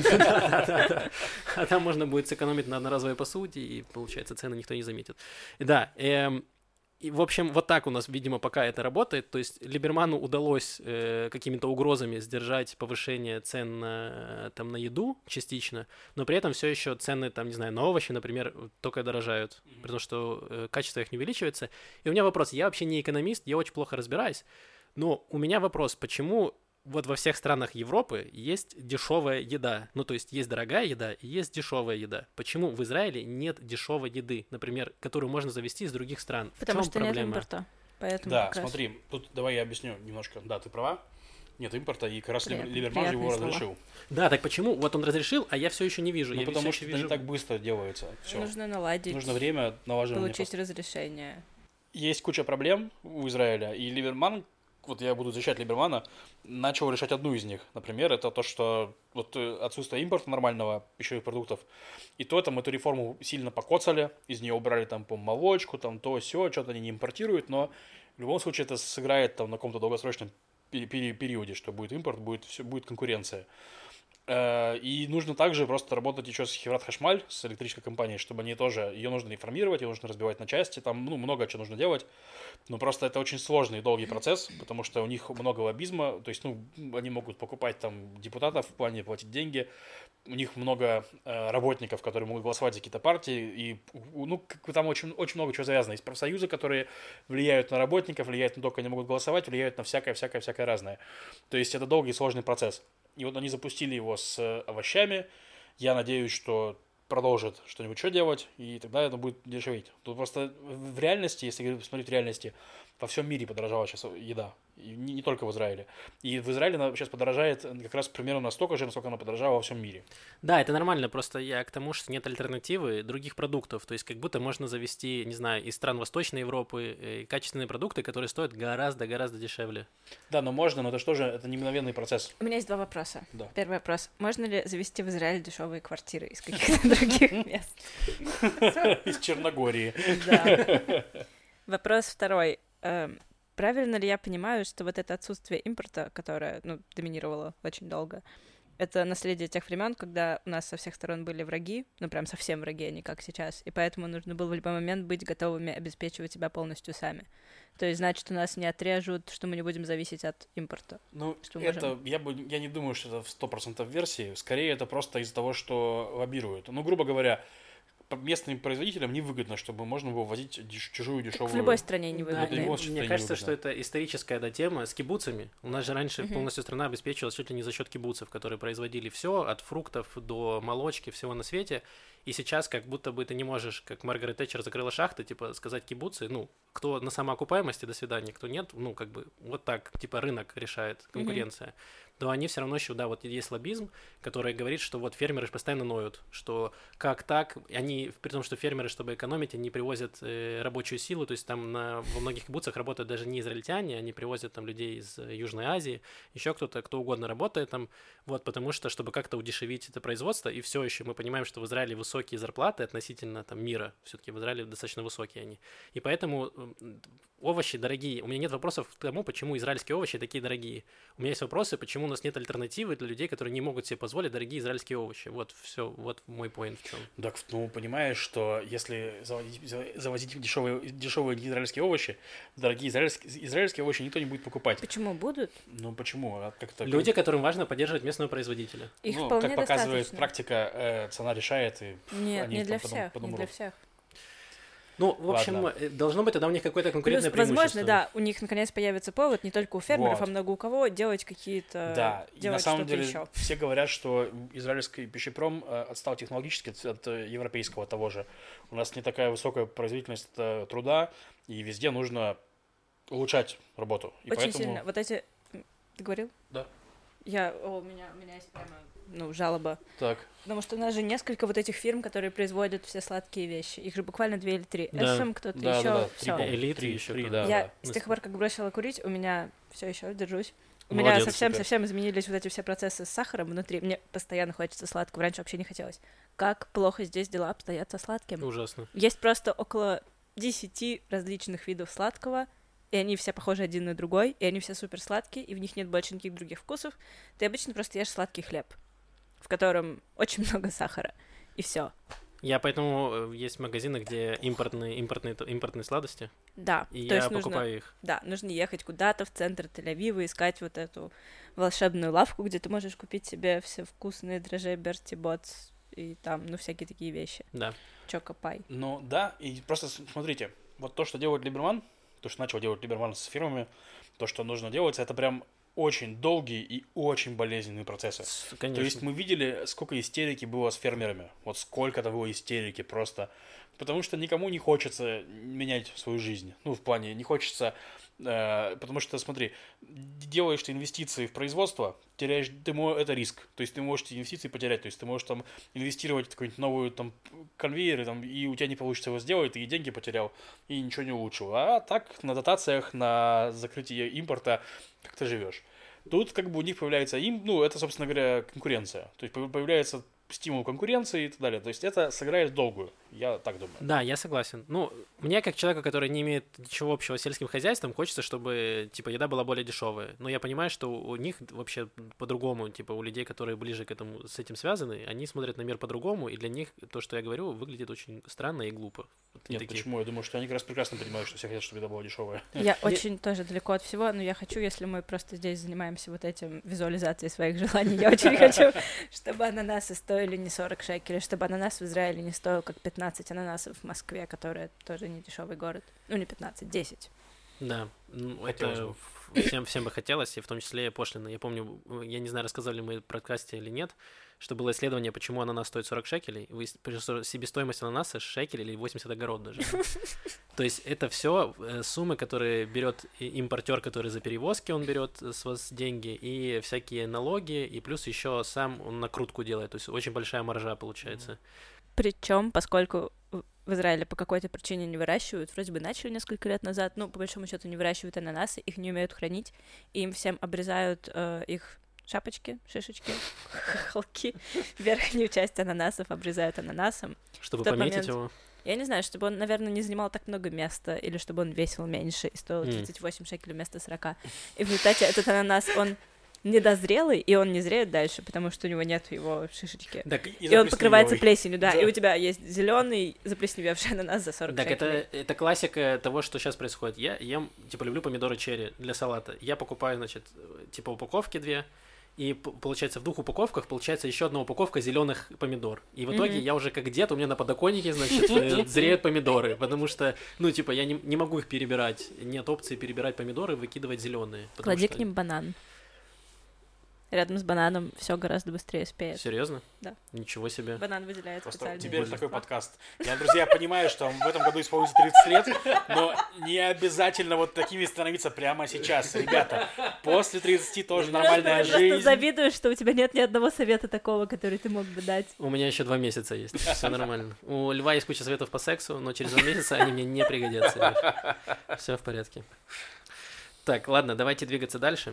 Да. А там можно будет сэкономить на одноразовой посуде, и, получается, цены никто не заметит. Да, и, в общем, вот так у нас, видимо, пока это работает. То есть Либерману удалось какими-то угрозами сдержать повышение цен на еду частично, но при этом все еще цены, там, не знаю, на овощи, например, только дорожают, потому что качество их не увеличивается. И у меня вопрос, я вообще не экономист, я очень плохо разбираюсь, но у меня вопрос, почему вот во всех странах Европы есть дешевая еда. Ну, то есть есть дорогая еда и есть дешевая еда. Почему в Израиле нет дешевой еды, например, которую можно завезти из других стран? Потому в чем что проблема? нет импорта. Поэтому Да, как раз- смотри, тут давай я объясню немножко. Да, ты права. Нет импорта, и как раз Приятно- Либерман же его приятные слова. разрешил. Да, так почему? Вот он разрешил, а я все еще не вижу. Ну, Я потому всё что еще это не вижу- так быстро делается. Все. Нужно наладить, Нужно время, налаживание. получить разрешение. Есть куча проблем у Израиля, и Либерман, вот я буду защищать Либермана, начал решать одну из них. Например, это то, что вот отсутствие импорта нормального пищевых продуктов, и то там эту реформу сильно покоцали, из нее убрали там, по молочку, там то, сё, что-то они не импортируют, но в любом случае это сыграет там на каком-то долгосрочном периоде, что будет импорт, будет конкуренция. И нужно также просто работать еще с Хеврат Хашмаль, с электрической компанией, чтобы они тоже, ее нужно реформировать, ее нужно разбивать на части, там много чего нужно делать, но просто это очень сложный и долгий процесс, потому что у них много лоббизма, то есть, они могут покупать там депутатов в плане платить деньги, у них много работников, которые могут голосовать за какие-то партии, и, там очень, очень много чего завязано. Есть профсоюзы, которые влияют на работников, влияют на то, как они могут голосовать, влияют на всякое разное. То есть, это долгий и сложный процесс. И вот они запустили его с овощами. Я надеюсь, что продолжат что-нибудь еще делать, и тогда это будет дешеветь. Тут просто в реальности, если смотреть в реальности, во всем мире подорожала сейчас еда. И не только в Израиле. И в Израиле она сейчас подорожает как раз примерно настолько же, насколько она подорожала во всем мире. Да, это нормально, просто я к тому, что нет альтернативы других продуктов. То есть как будто можно завести, не знаю, из стран Восточной Европы качественные продукты, которые стоят гораздо дешевле. Да, но можно, но это что же, это не мгновенный процесс. У меня есть два вопроса. Да. Первый вопрос. Можно ли завести в Израиле дешевые квартиры из каких-то других мест? Из Черногории. Да. Вопрос второй. Правильно ли я понимаю, что вот это отсутствие импорта, которое, доминировало очень долго, это наследие тех времен, когда у нас со всех сторон были враги, прям совсем враги, а не как сейчас, и поэтому нужно было в любой момент быть готовыми обеспечивать себя полностью сами. То есть, значит, у нас не отрежут, что мы не будем зависеть от импорта. Что мы это, я не думаю, что это в 100% версии, скорее это просто из-за того, что лоббируют. Грубо говоря, местным производителям невыгодно, чтобы можно было возить чужую дешевую... В любой стране это невыгодно. не Мне может, что кажется, невыгодно. что это историческая тема с кибуцами. У нас же раньше полностью страна обеспечивалась чуть ли не за счет кибуцев, которые производили все, от фруктов до молочки, всего на свете. И сейчас как будто бы ты не можешь, как Маргарет Тэтчер закрыла шахты, сказать кибуцы, кто на самоокупаемости, до свидания, кто нет, вот так, рынок решает, конкуренция. Но они все равно еще, вот есть лоббизм, который говорит, что вот фермеры же постоянно ноют, что как так, они, при том, что фермеры, чтобы экономить, они привозят рабочую силу, то есть там во многих кибуцах работают даже не израильтяне, они привозят там людей из Южной Азии, еще кто-то, кто угодно работает там, потому что, чтобы как-то удешевить это производство, и все еще мы понимаем, что в Израиле высокие зарплаты относительно там мира, все-таки в Израиле достаточно высокие они, и поэтому овощи дорогие. У меня нет вопросов к тому, почему израильские овощи такие дорогие. У меня есть вопросы, почему у нас нет альтернативы для людей, которые не могут себе позволить дорогие израильские овощи. Вот все, вот мой поинт в чем. Так, ну, понимаешь, что если завозить дешевые израильские овощи, дорогие израильские овощи никто не будет покупать. Почему будут? Ну, почему? Как-то... Люди, которым важно поддерживать местного производителя. Их Ну, вполне как показывает достаточно. практика, цена решает, и Нет, они не для потом всех, потом не для растут. всех. Ну, в общем, Ладно. должно быть тогда у них какое-то Плюс, конкурентное преимущество. возможно, да, у них наконец появится повод не только у фермеров, Вот. а много у кого делать какие-то... Да, и на делать самом что-то деле еще. все говорят, что израильский пищепром отстал технологически от европейского того же. У нас не такая высокая производительность труда, и везде нужно улучшать работу. И Очень поэтому... сильно. Вот эти... Ты говорил? Да. У меня есть прямо, жалоба. Так. Потому что у нас же несколько вот этих фирм, которые производят все сладкие вещи. Их же буквально 2 или 3. Да. Эшем, кто-то Да, еще. да, да. Всё. Три, Элит три, еще три, кто-то. да, Я да. с тех пор, как бросила курить, у меня все еще держусь. У Молодец, меня супер. совсем изменились вот эти все процессы с сахаром внутри. Мне постоянно хочется сладкого. Раньше вообще не хотелось. Как плохо здесь дела обстоят со сладким. Ужасно. Есть просто около 10 различных видов сладкого, и они все похожи один на другой, и они все супер сладкие, и в них нет больше никаких других вкусов. Ты обычно просто ешь сладкий хлеб, в котором очень много сахара, и все. Я поэтому есть магазины, где импортные сладости, Да, и то я есть покупаю их. Да, нужно ехать куда-то в центр Тель-Авива, искать вот эту волшебную лавку, где ты можешь купить себе все вкусные дрожжи Берти Ботс и там, всякие такие вещи. Да. Чоко-пай. Ну да, и просто смотрите, вот то, что делает Либерман, то, что начал делать Либерман с фирмами, то, что нужно делать, это прям очень долгие и очень болезненные процессы. Конечно. То есть мы видели, сколько истерики было с фермерами. Вот сколько-то было истерики просто. Потому что никому не хочется менять свою жизнь. Ну, в плане, не хочется... потому что, смотри, делаешь ты инвестиции в производство, теряешь... это риск. То есть ты можешь эти инвестиции потерять. То есть ты можешь там инвестировать в какой-нибудь новый там конвейер, там, и у тебя не получится его сделать, ты и деньги потерял, и ничего не улучшил. А так на дотациях, на закрытие импорта как ты живешь. Тут как бы у них появляется это, собственно говоря, конкуренция. То есть появляется стимул конкуренции и так далее. То есть это сыграет долгую, я так думаю. Да, я согласен. Мне, как человеку, который не имеет ничего общего с сельским хозяйством, хочется, чтобы, еда была более дешевая. Но я понимаю, что у них вообще по-другому, у людей, которые ближе к этому, с этим связаны, они смотрят на мир по-другому, и для них то, что я говорю, выглядит очень странно и глупо. Нет, почему? Я думаю, что они как раз прекрасно понимают, что все хотят, чтобы еда была дешевая. Я очень тоже далеко от всего, но я хочу, если мы просто здесь занимаемся вот этим визуализацией своих желаний, я очень хочу, чтобы ананасы стоили не 40 шекелей, чтобы ананас в Израиле не стоил как 15 ананасов в Москве, которая тоже не дешевый город. Не 15, 10. Да, это всем бы хотелось, и в том числе пошлины. Я помню, я не знаю, рассказывали мы в подкасте или нет, что было исследование, почему ананас стоит 40 шекелей. Себестоимость ананаса 6 шекелей или 80 огород даже. То есть это все суммы, которые берет импортер, который за перевозки он берет с вас деньги, и всякие налоги, и плюс еще сам он накрутку делает. То есть очень большая маржа получается. Причем, поскольку в Израиле по какой-то причине не выращивают, вроде бы начали несколько лет назад, по большому счету не выращивают ананасы, их не умеют хранить, и им всем обрезают их шапочки, шишечки, холки, верхнюю часть ананасов обрезают ананасом. Чтобы пометить момент... его? Я не знаю, чтобы он, наверное, не занимал так много места, или чтобы он весил меньше и стоил 38 шекелей вместо 40. И в результате этот ананас, он недозрелый, и он не зреет дальше, потому что у него нет его шишечки. Так, и он покрывается плесенью, да, и у тебя есть зеленый заплесневевший ананас за 40 так шекелей. Это классика того, что сейчас происходит. Я ем, люблю помидоры черри для салата. Я покупаю, упаковки 2, и получается в 2 упаковках получается еще одна упаковка зеленых помидор. И в итоге я уже как дед, у меня на подоконнике, зреют помидоры, потому что, я не могу их перебирать. Нет опции перебирать помидоры и выкидывать зеленые. Клади к ним банан. Рядом с бананом все гораздо быстрее спеет. Серьезно? Да. Ничего себе. Банан выделяет специально. Теперь такой подкаст. Я, друзья, понимаю, что в этом году исполнится 30 лет, но не обязательно вот такими становиться прямо сейчас. Ребята, после 30 тоже нормальная жизнь. Я просто завидую, что у тебя нет ни одного совета такого, который ты мог бы дать. У меня еще 2 месяца есть. Все нормально. У Льва есть куча советов по сексу, но через 2 месяца они мне не пригодятся. Все в порядке. Так, ладно, давайте двигаться дальше.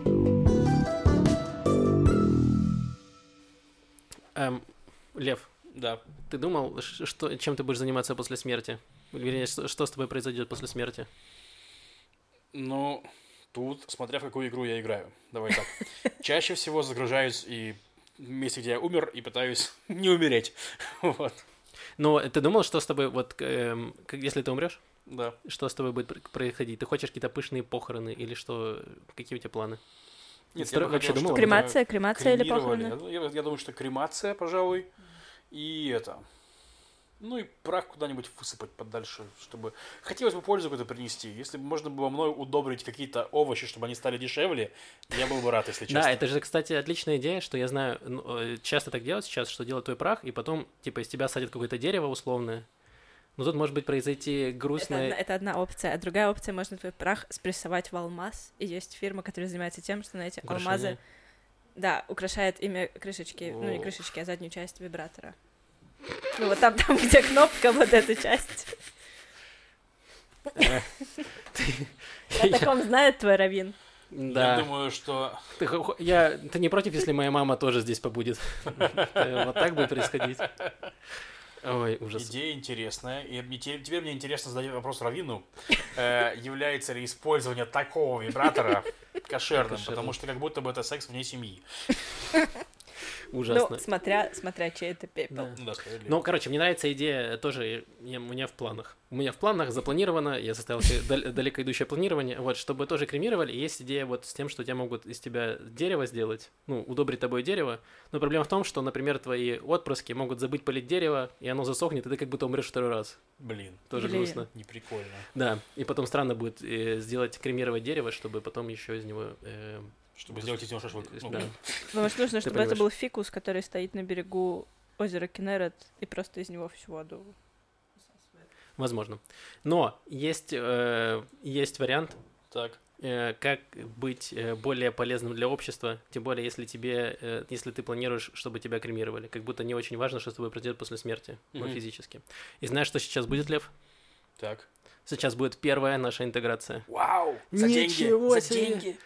Лев, Да. Ты думал, чем ты будешь заниматься после смерти? Или, вернее, что с тобой произойдет после смерти? Ну, тут, смотря в какую игру я играю. Давай так. Чаще всего загружаюсь и в месте, где я умер, и пытаюсь не умереть. Вот. Но ты думал, что с тобой, вот, если ты умрешь, Да. что с тобой будет происходить? Ты хочешь какие-то пышные похороны или что? Какие у тебя планы? Нет, я бы вообще хотел, думал. чтобы Кремация или кремировали. похороны? Я думаю, что кремация, пожалуй, и это. Ну и прах куда-нибудь высыпать подальше, чтобы... Хотелось бы пользу какую-то принести. Если бы можно было мной удобрить какие-то овощи, чтобы они стали дешевле, я был бы рад, если честно. Да, это же, кстати, отличная идея, что я знаю, часто так делают сейчас, что делают твой прах, и потом, типа, из тебя садят какое-то дерево условное. Но тут может быть произойти грустное... Это одна опция. А другая опция, можно твой прах спрессовать в алмаз. И есть фирма, которая занимается тем, что на эти алмазы... Да, украшает ими крышечки, ну не крышечки, а заднюю часть вибратора. Ну вот там, где кнопка, вот эта часть. О таком знает твой раввин? Да. Я думаю, что... Ты не против, если моя мама тоже здесь побудет? Вот так будет происходить? Ой, ужас. Идея интересная. И теперь мне интересно задать вопрос раввину. Является ли использование такого вибратора кошерным? Потому что как будто бы это секс вне семьи. Ужасно. Ну, смотря чей это пепел. Да. Да, справедливо. Ну, короче, мне нравится идея тоже, у меня в планах. У меня в планах запланировано, я составил далеко идущее планирование, вот, чтобы тоже кремировали. И есть идея вот с тем, что тебя могут из тебя дерево сделать, ну, удобрить тобой дерево. Но проблема в том, что, например, твои отпрыски могут забыть полить дерево, и оно засохнет, и ты как будто умрешь второй раз. Блин. Тоже грустно. Не прикольно. Да, и потом странно будет сделать кремировать дерево, чтобы потом еще из него... Чтобы сделать из него шашлык. Да. Может, нужно, чтобы понимаешь. это был фикус, который стоит на берегу озера Кеннерет, и просто из него всю воду. Возможно. Но есть вариант, Так. как быть более полезным для общества, тем более, если ты планируешь, чтобы тебя кремировали. Как будто не очень важно, что с тобой произойдет после смерти, ну, физически. И знаешь, что сейчас будет, Лев? Так. Сейчас будет первая наша интеграция. Вау! За Ничего деньги! За себе! деньги!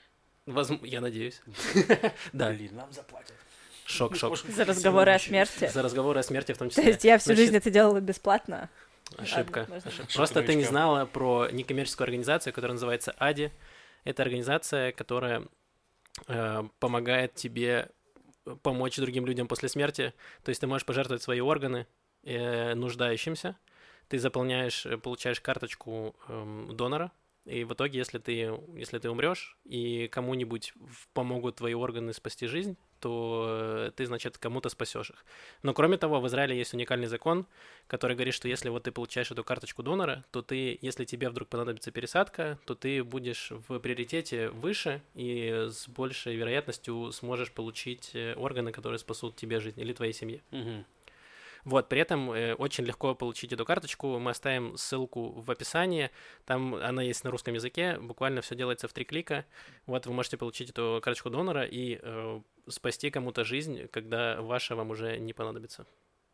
Я надеюсь. Да. Блин, нам заплатят. Шок. За разговоры о смерти. За разговоры о смерти в том То числе. есть я всю Значит, жизнь это делала бесплатно. Ошибка. Ладно, можно. Просто ты не новичка. знала про некоммерческую организацию, которая называется АДИ. Это организация, которая помогает тебе помочь другим людям после смерти. То есть ты можешь пожертвовать свои органы нуждающимся. Ты получаешь карточку донора. И в итоге, если ты умрешь и кому-нибудь помогут твои органы спасти жизнь, то ты, значит, кому-то спасешь их. Но кроме того, в Израиле есть уникальный закон, который говорит, что если вот ты получаешь эту карточку донора, то если тебе вдруг понадобится пересадка, то ты будешь в приоритете выше и с большей вероятностью сможешь получить органы, которые спасут тебе жизнь или твоей семье. Мгм. Вот, при этом очень легко получить эту карточку. Мы оставим ссылку в описании. Там она есть на русском языке. Буквально все делается в 3 клика. Вот вы можете получить эту карточку донора и спасти кому-то жизнь, когда ваша вам уже не понадобится.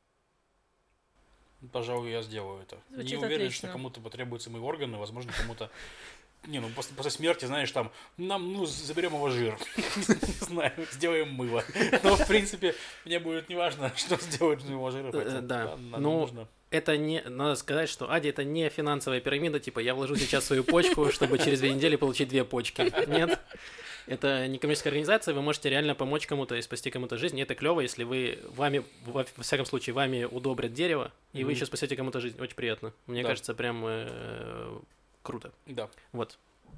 Пожалуй, я сделаю это. Звучит Не уверен, отлично. что кому-то потребуются мои органы, возможно, кому-то... Не, ну после смерти, знаешь, там, заберем его жир. Не знаю, сделаем мыло. Но, в принципе, мне будет неважно, что сделать из его жира. поэтому Да, нам ну, нужно. это не... Надо сказать, что АДИ — это не финансовая пирамида, типа я вложу сейчас свою почку, чтобы через 2 недели получить 2 почки. Нет. Это некоммерческая организация, вы можете реально помочь кому-то и спасти кому-то жизнь. И это клево, если во всяком случае, вами удобрят дерево, и вы еще спасете кому-то жизнь. Очень приятно. Мне Да. кажется, прям круто. Да. Вот.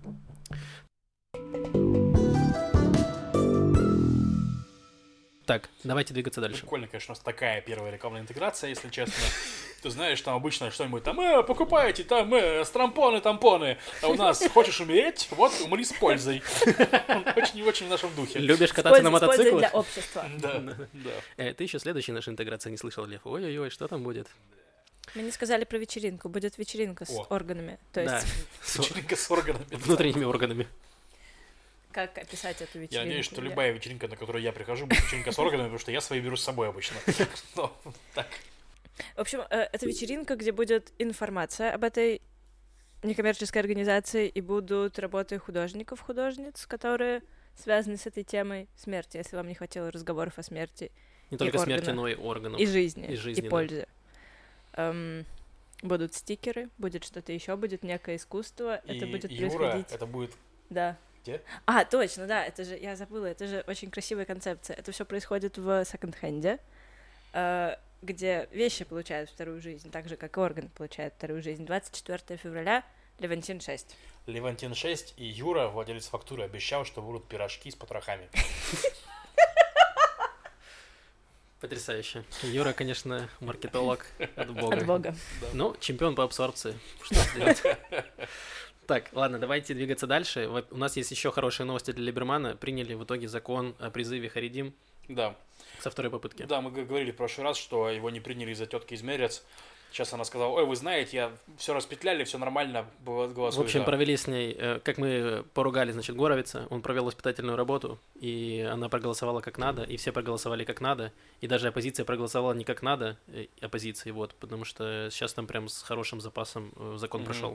Так, давайте двигаться дальше. Прикольно, конечно, у нас такая первая рекламная интеграция, если честно. Ты знаешь, там обычно что-нибудь там, покупайте там тампоны. А у нас хочешь умереть? Вот, умри с пользой. Очень-очень в нашем духе. Любишь кататься на С пользой для мотоциклах? общества. Да. Ты еще следующей нашей интеграции не слышал, Лев. Ой-ой-ой, что там будет? Мне не сказали про вечеринку. Будет вечеринка с О. органами. То Да, есть, Вечеринка с органами. внутренними органами. как описать эту вечеринку? Я надеюсь, что Я- любая вечеринка, на которую я прихожу, будет вечеринка с органами, потому что я свои беру с собой обычно. Но, так. В общем, это вечеринка, где будет информация об этой некоммерческой организации, и будут работы художников, художниц, которые связаны с этой темой смерти. Если вам не хватило разговоров о смерти Не только смерти, органов. но и органов. И жизни, И жизни, и пользы. Будут стикеры, будет что-то еще, будет некое искусство, это будет Юра, происходить. это будет... Да. Где? Точно, да, это же, я забыла, это же очень красивая концепция. Это все происходит в секонд-хенде, где вещи получают вторую жизнь, так же, как и органы получают вторую жизнь. 24 февраля, Левантин 6. Левантин 6, и Юра, владелец фактуры, обещал, что будут пирожки с потрохами. Потрясающе. Юра, конечно, маркетолог от бога. От бога. Ну, чемпион по абсорбции. Что сделать? Так, ладно, давайте двигаться дальше. У нас есть еще хорошие новости для Либермана. Приняли в итоге закон о призыве Харидим Да. со второй попытки. Да, мы говорили в прошлый раз, что его не приняли из-за тетки из Мерец. Сейчас она сказала: ой, вы знаете, я все распетляли, все нормально, голосую. В общем, да. провели с ней, как мы поругали, значит, Горовица, он провел воспитательную работу, и она проголосовала как надо, и все проголосовали как надо, и даже оппозиция проголосовала не как надо, оппозиции, вот, потому что сейчас там прям с хорошим запасом закон прошел.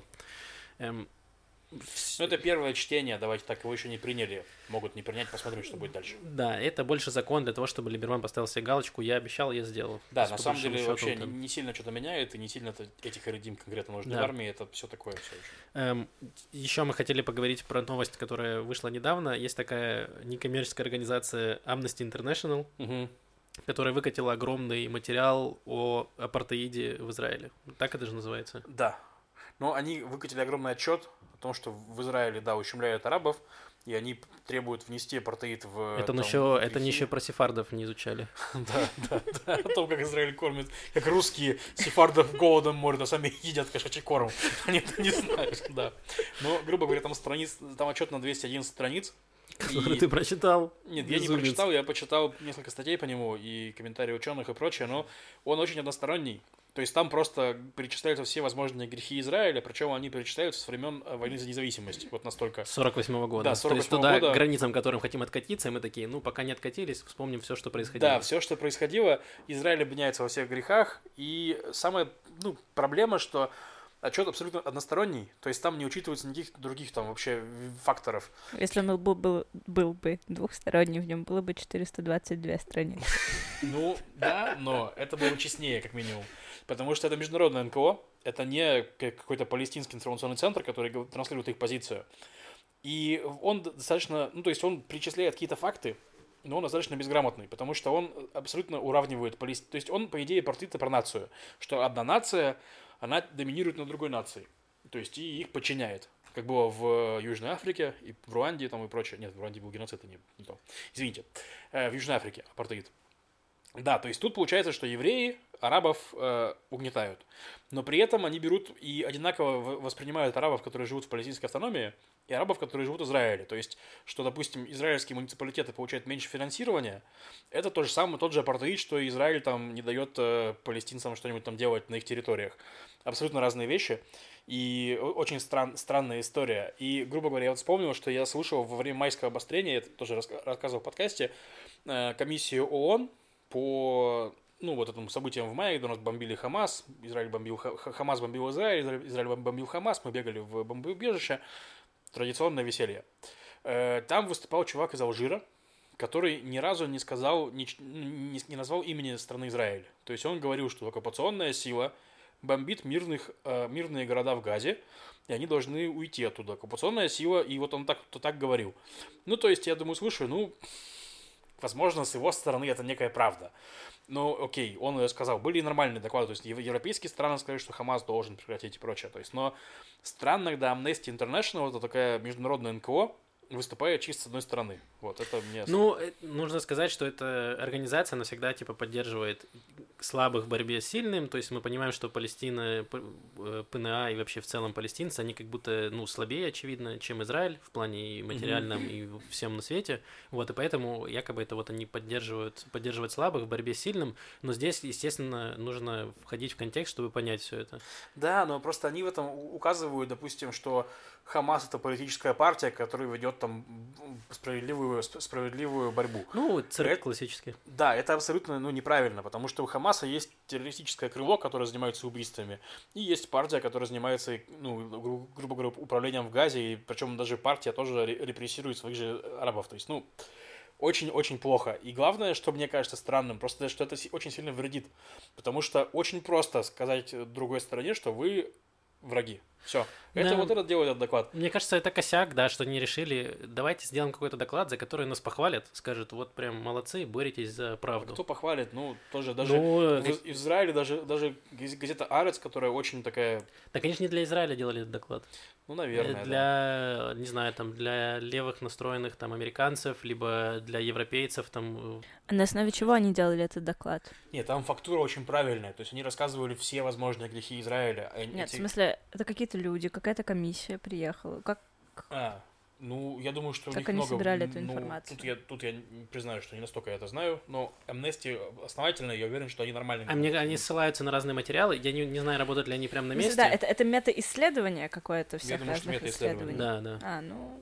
Ну, это первое чтение, давайте так, его еще не приняли, могут не принять, посмотрим, что будет дальше. Да, это больше закон для того, чтобы Либерман поставил себе галочку, я обещал, я сделал. Да, на самом деле вообще не сильно что-то меняет, и не сильно этих Харидим конкретно нужны в армии, это все такое все. Еще мы хотели поговорить про новость, которая вышла недавно. Есть такая некоммерческая организация Amnesty International, которая выкатила огромный материал о апартеиде в Израиле. Так это же называется? Да. Но они выкатили огромный отчет о том, что в Израиле, да, ущемляют арабов, и они требуют внести апартеид в... Это не еще про сефардов не изучали. Да. О том, как Израиль кормит, как русские сефардов голодом морят, а сами едят кошачий корм. Они это не знают, да. Но, грубо говоря, там отчет на 211 страниц. Который ты прочитал? Нет, я не прочитал, я почитал несколько статей по нему и комментарии ученых и прочее, но он очень односторонний. То есть там просто перечисляются все возможные грехи Израиля, причем они перечисляются с времен войны за независимость. Вот настолько. 48-го года. Да, 48-го То есть туда, года. к границам, к которым хотим откатиться, и мы такие, ну, пока не откатились, вспомним все, что происходило. Да, все, что происходило. Израиль обвиняется во всех грехах. И самая проблема, что отчет абсолютно односторонний. То есть там не учитывается никаких других там вообще факторов. Если он был бы двухсторонний, в нем было бы 422 страницы. Ну, да, но это было честнее, как минимум. Потому что это международное НКО, это не какой-то палестинский информационный центр, который транслирует их позицию. И он достаточно, то есть он перечисляет какие-то факты, но он достаточно безграмотный, потому что он абсолютно уравнивает То есть он, по идее, апартеид про нацию, что одна нация, она доминирует над другой нацией, то есть и их подчиняет. Как было в Южной Африке, и в Руанде там и прочее. Нет, в Руанде был геноцид, это не то. Извините. В Южной Африке апартеид. Да, то есть тут получается, что евреи арабов угнетают, но при этом они берут и одинаково воспринимают арабов, которые живут в палестинской автономии, и арабов, которые живут в Израиле. То есть, что, допустим, израильские муниципалитеты получают меньше финансирования, это тот же апартеид, что Израиль там не дает палестинцам что-нибудь там делать на их территориях. Абсолютно разные вещи, и очень странная история. И, грубо говоря, я вот вспомнил, что я слушал во время майского обострения, я тоже рассказывал в подкасте, комиссию ООН по вот этому событиям в мае, когда у нас бомбили Хамас, Хамас бомбил Израиль, Израиль бомбил Хамас, мы бегали в бомбоубежище, традиционное веселье. Там выступал чувак из Алжира, который ни разу не сказал, не назвал имени страны Израиль. То есть он говорил, что оккупационная сила бомбит мирные города в Газе, и они должны уйти оттуда. Оккупационная сила, и вот он так говорил. То есть я думаю, слушай, возможно, с его стороны это некая правда. Но окей, он сказал, были нормальные доклады, то есть европейские страны сказали, что Хамас должен прекратить и прочее. То есть, но странно, когда Amnesty International, это такая международная НКО, выступает чисто с одной стороны. Вот, это мне... нужно сказать, что эта организация, она всегда, поддерживает слабых в борьбе с сильным, то есть мы понимаем, что Палестина, ПНА и вообще в целом палестинцы, они как будто, слабее, очевидно, чем Израиль в плане и материальном, и всем на свете, вот, и поэтому якобы это вот они поддерживают слабых в борьбе с сильным, но здесь, естественно, нужно входить в контекст, чтобы понять все это. Да, но просто они в этом указывают, допустим, что Хамас — это политическая партия, которая ведет там справедливую борьбу. Цирк классический. Да, это абсолютно неправильно, потому что у Хамаса есть террористическое крыло, которое занимается убийствами, и есть партия, которая занимается, грубо говоря, управлением в Газе, и причем даже партия тоже репрессирует своих же арабов. То есть, очень-очень плохо. И главное, что мне кажется странным, просто что это очень сильно вредит. Потому что очень просто сказать другой стороне, что вы враги. Все. Это Да. вот это делает этот доклад. Мне кажется, это косяк, да, что они решили, давайте сделаем какой-то доклад, за который нас похвалят, скажут, вот прям молодцы, боретесь за правду. Кто похвалит? Ну, тоже даже Ну, в Израиле даже газета «Арец», которая очень такая, да, конечно, не для Израиля делали этот доклад. ну, наверное, да. Для, не знаю, там, для левых настроенных там американцев, либо для европейцев, там, А на основе чего они делали этот доклад? Нет, там фактура очень правильная. То есть они рассказывали все возможные грехи Израиля. Нет, в смысле, это какие-то люди, какая-то комиссия приехала. Как... Ну, я думаю, что у Как них они много... собирали эту ну, информацию? Тут я признаю, что не настолько я это знаю, но Amnesty основательно, я уверен, что они нормально... они ссылаются на разные материалы, я не знаю, работают ли они прямо на месте. Да, это мета-исследование какое-то всех думаю, что разных мета-исследование. исследований. Да. Ну...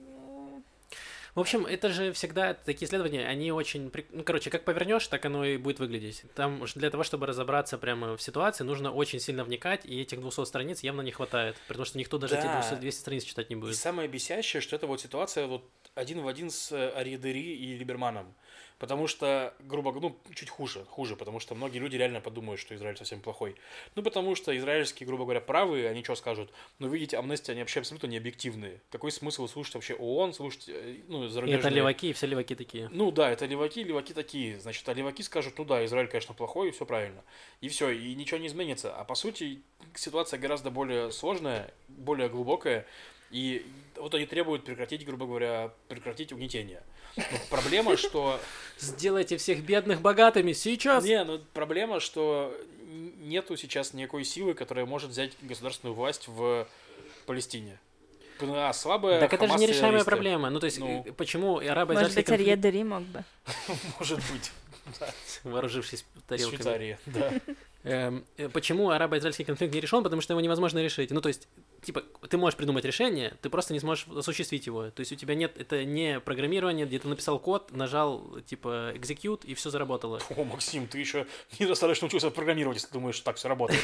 В общем, это же всегда такие исследования, они очень... Ну, короче, как повернешь, так оно и будет выглядеть. Там для того, чтобы разобраться прямо в ситуации, нужно очень сильно вникать, и этих 200 страниц явно не хватает, потому что никто даже эти 200 страниц читать не И будет. самое бесящее, что это вот ситуация вот один в один с Ариадери и Либерманом. Потому что, грубо говоря, ну, чуть хуже, потому что многие люди реально подумают, что Израиль совсем плохой. Ну, потому что израильские, грубо говоря, правые, они что скажут? Ну, видите, Amnesty, они вообще абсолютно не объективные. Какой смысл слушать вообще ООН, слушать, ну, зарубежные... Это леваки, и все леваки такие. Ну, да, это леваки такие. Значит, а леваки скажут, ну да, Израиль, конечно, плохой, и все правильно. И все, и ничего не изменится. А по сути, ситуация гораздо более сложная, более глубокая. И вот они требуют прекратить, грубо говоря, угнетение. Но проблема, что... Сделайте всех бедных богатыми сейчас! Не, ну проблема, что нету сейчас никакой силы, которая может взять государственную власть в Палестине. Слабая Так это же нерешаемая Хамас-террористы. проблема. Ну, то есть, почему арабо-израильский Может быть, Ариадери мог бы. Может быть. вооружившись тарелками. Швейцарии, да. Почему арабо-израильский конфликт не решен? Потому что его невозможно решить. Ну, то есть, типа, ты можешь придумать решение, ты просто не сможешь осуществить его. То есть у тебя нет, это не программирование, где ты написал код, нажал, типа, execute, и все заработало. О, Максим, ты еще недостаточно учился программировать, если думаешь, что так все работает.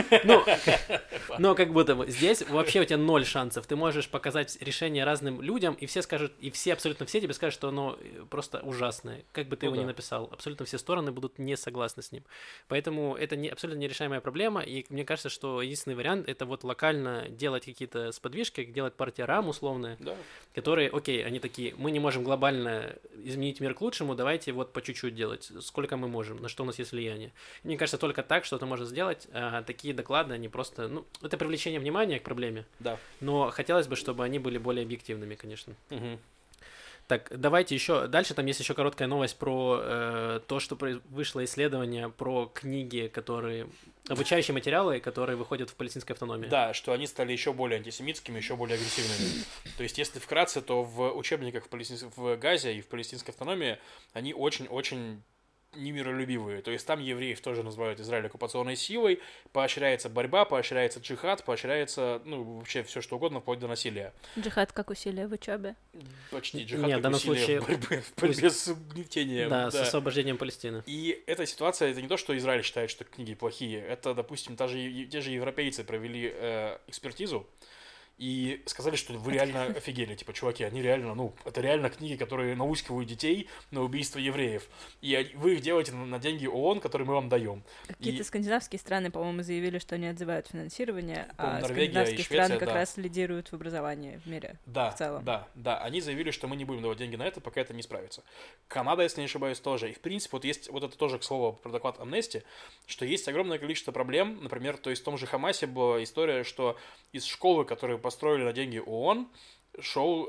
Но как будто бы здесь вообще у тебя 0 шансов. Ты можешь показать решение разным людям, и все скажут, и все, абсолютно все тебе скажут, что оно просто ужасное. Как бы ты его ни написал. Абсолютно все стороны будут не согласны с ним. Поэтому это абсолютно нерешаемая проблема, и мне кажется, что единственный вариант — это вот локально делать какие-то сподвижки, делать партия РАМ условная, которые, окей, они такие, мы не можем глобально изменить мир к лучшему, давайте вот по чуть-чуть делать, сколько мы можем, на что у нас есть влияние. Мне кажется, только так что-то можно сделать, а такие доклады, они просто, ну, это привлечение внимания к проблеме, но хотелось бы, чтобы они были более объективными, конечно. Так, давайте еще. Дальше там есть еще короткая новость про то, что вышло исследование про книги, которые обучающие материалы, которые выходят в палестинской автономии. Да, что они стали еще более антисемитскими, еще более агрессивными. То есть, если вкратце, то в учебниках в Газе и в палестинской автономии они очень-очень немиролюбивые. То есть там евреев тоже называют Израиль оккупационной силой, поощряется борьба, поощряется джихад, поощряется, ну, вообще все что угодно, вплоть до насилия. Джихад как усилие в учебе? Почти. Джихад Нет, как усилие в борьбе с угнетением. Да, с освобождением Палестины. И эта ситуация, это не то, что Израиль считает, что книги плохие. Это, допустим, те же европейцы провели экспертизу, и сказали, что вы реально офигели, типа, чуваки, они реально, ну, это реально книги, которые наускивают детей на убийство евреев. И вы их делаете на деньги ООН, которые мы вам даем. Какие-то скандинавские страны, по-моему, заявили, что они отзывают финансирование, а Норвегия скандинавские и Швеция, страны как раз лидируют в образовании в мире в целом. Да, они заявили, что мы не будем давать деньги на это, пока это не справится. Канада, если не ошибаюсь, тоже. И, в принципе, вот есть, вот это тоже, к слову, про доклад Amnesty, что есть огромное количество проблем. Например, то есть в том же Хамасе была история, что из школы, которую построили на деньги ООН, шел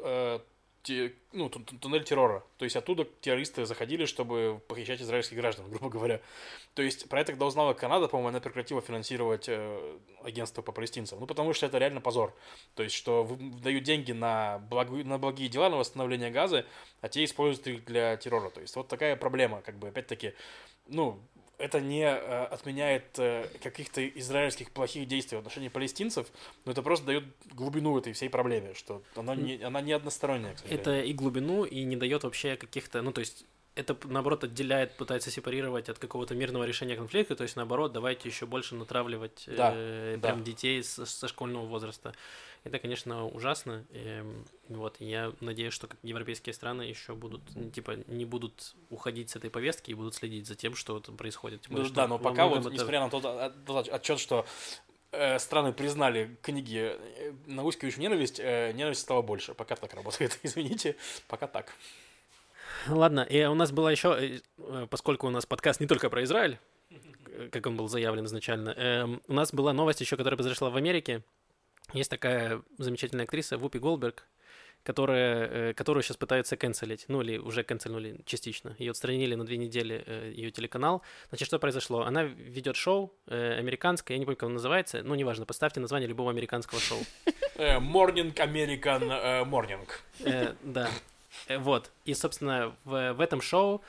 туннель террора. То есть оттуда террористы заходили, чтобы похищать израильских граждан, грубо говоря. То есть про это, когда узнала Канада, по-моему, она прекратила финансировать агентство по палестинцам. Ну, потому что это реально позор. То есть, что дают деньги на благие дела, на восстановление Газы, а те используют их для террора. То есть вот такая проблема, как бы, опять-таки, ну, это не отменяет каких-то израильских плохих действий в отношении палестинцев, но это просто дает глубину этой всей проблеме, что она не односторонняя, к сожалению. Это и глубину, и не дает вообще каких-то, ну, то есть, это, наоборот, отделяет, пытается сепарировать от какого-то мирного решения конфликта, то есть, наоборот, давайте еще больше натравливать прям детей со школьного возраста. Это, конечно, ужасно. Вот, я надеюсь, что европейские страны еще будут, типа, не будут уходить с этой повестки и будут следить за тем, что там происходит. Тем более, но пока вот, несмотря на тот отчет, что страны признали книги науськивающую ненависть, ненависть стала больше. Пока так работает, извините, пока так. Ладно, и у нас была еще, поскольку у нас подкаст не только про Израиль, как он был заявлен изначально, у нас была новость еще, которая произошла в Америке. Есть такая замечательная актриса Вупи Голдберг, которую сейчас пытаются канцелить, ну или уже канцельнули частично. Ее отстранили на 2 недели, ее телеканал. Значит, что произошло? Она ведет шоу американское, я не помню, как оно называется, ну неважно, поставьте название любого американского шоу. Morning American Morning. Да, вот. И, собственно, в этом шоу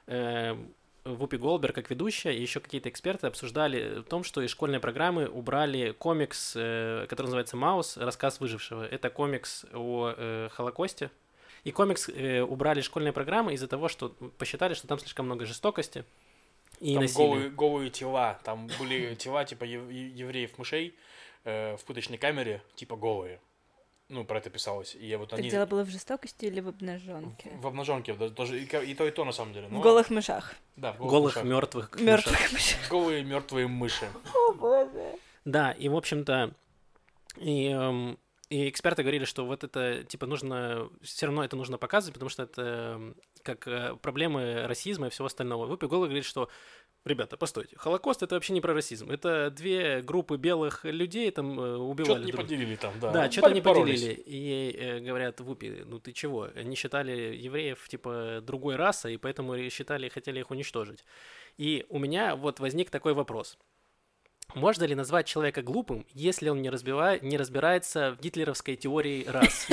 Вупи Голдберг, как ведущая, и еще какие-то эксперты обсуждали о том, что из школьной программы убрали комикс, который называется «Маус. Рассказ выжившего». Это комикс о Холокосте. И комикс убрали из школьной программы из-за того, что посчитали, что там слишком много жестокости и там насилия. Голые тела. Там были тела типа евреев-мышей в пыточной камере, типа голые. Ну, про это писалось. И вот так дело было в жестокости или в обнаженке? В обнаженке, тоже и то, на самом деле. Но... В голых мышах. Да, в голых мертвых мышах. Голые мертвые мыши. О, боже. Да, и, в общем-то, и эксперты говорили, что вот это, типа, нужно, все равно это нужно показывать, потому что это как проблемы расизма и всего остального. Вупи Голдберг говорит, что ребята, постойте, Холокост — это вообще не про расизм. Это 2 группы белых людей там убивали. Что-то не поделили там, да. Да, что-то не поделили. И ей говорят, Вупи, ну ты чего? Они считали евреев, типа, другой расой, и поэтому хотели их уничтожить. И у меня вот возник такой вопрос. Можно ли назвать человека глупым, если он не разбирается в гитлеровской теории рас?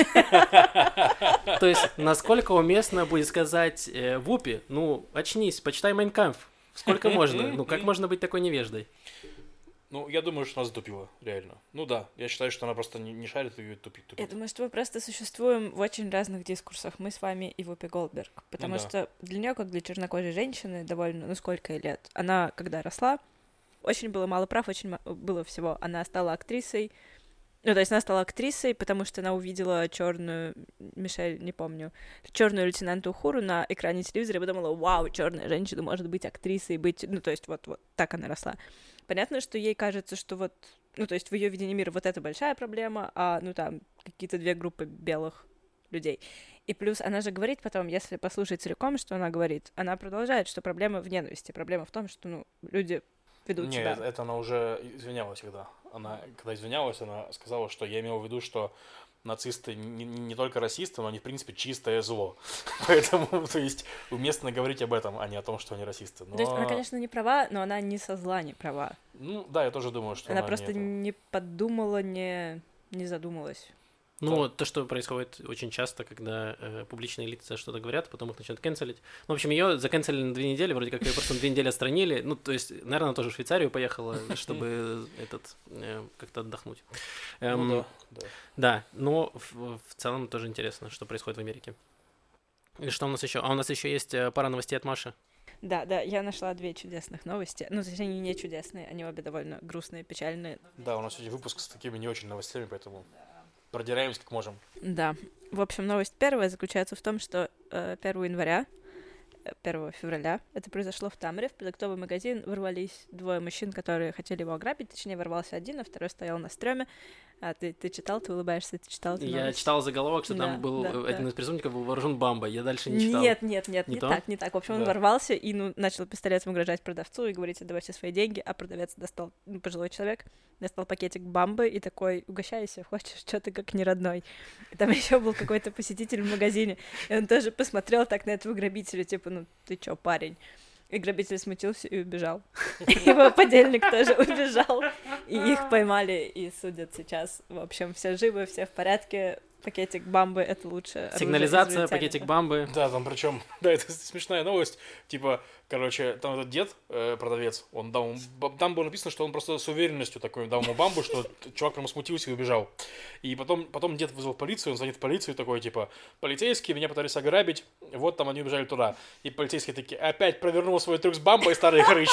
То есть, насколько уместно будет сказать Вупи, ну, очнись, почитай «Майн кампф». Сколько можно? Ну, как можно быть такой невеждой? Ну, я думаю, что она затупила, реально. Ну да, я считаю, что она просто не шарит и тупит. Я думаю, что мы просто существуем в очень разных дискурсах. Мы с вами и Вупи Голдберг. Потому что для нее, как для чернокожей женщины, довольно, ну, сколько ей лет? Она, когда росла, очень было мало прав, очень было всего. Она стала актрисой. Ну, то есть она стала актрисой, потому что она увидела черную Мишель, не помню, черную лейтенанту Ухуру на экране телевизора и подумала, вау, черная женщина может быть актрисой, быть... Ну, то есть вот так она росла. Понятно, что ей кажется, что вот... Ну, то есть в ее видении мира вот это большая проблема, а, ну, там, какие-то 2 группы белых людей. И плюс она же говорит потом, если послушать целиком, что она говорит, она продолжает, что проблема в ненависти, проблема в том, что, ну, люди... ведут себя. Нет, это она уже извинялась когда. Она, когда извинялась, она сказала, что я имела в виду, что нацисты не только расисты, но они, в принципе, чистое зло. Поэтому, то есть, уместно говорить об этом, а не о том, что они расисты. Но... То есть она, конечно, не права, но она не со зла не права. Ну, да, я тоже думаю, что она просто не подумала, не задумалась. Ну, то, что происходит очень часто, когда публичные лица что-то говорят, потом их начинают канцелить. Ну, в общем, ее заканцелили на 2 недели, вроде как ее просто на 2 недели отстранили. Ну, то есть, наверное, она тоже в Швейцарию поехала, чтобы как-то отдохнуть. Да, но в целом тоже интересно, что происходит в Америке. И что у нас еще? А у нас еще есть пара новостей от Маши. Да, я нашла 2 чудесных новости. Ну, точнее, они не чудесные, они обе довольно грустные, печальные. Да, у нас сегодня выпуск с такими не очень новостями, поэтому... Продираемся как можем. Да. В общем, новость первая заключается в том, что 1 февраля это произошло в Тамре. В продуктовый магазин ворвались 2 мужчин, которые хотели его ограбить. Точнее, ворвался один, а второй стоял на стреме. А ты читал, ты улыбаешься, ты читал? Я читал заголовок, что там был один из преступников был вооружен бамбой. Я дальше не читал. Нет, не так. В общем, он ворвался и начал пистолетом угрожать продавцу и говорить, отдавай все свои деньги, а продавец достал, пожилой человек, достал пакетик бамбы и такой, угощайся, хочешь, что ты как не родной. И там еще был какой-то посетитель в магазине, и он тоже посмотрел так на этого грабителя, типа, ну ты чё, парень? И грабитель смутился и убежал. Его подельник тоже убежал. И их поймали и судят сейчас. В общем, все живы, все в порядке. Пакетик бамбы — это лучше оружие Сигнализация, израильтянина. пакетик бамбы. Да, там причем, да, это смешная новость. Типа, короче, там этот дед, продавец, он дал ему, там было написано, что он просто с уверенностью такой дал ему бамбу, что чувак прям смутился и убежал. И потом дед вызвал полицию, он звонит в полицию такой, типа, полицейские меня пытались ограбить, вот там они убежали туда. И полицейские такие, опять провернул свой трюк с бамбой, старый хрыч.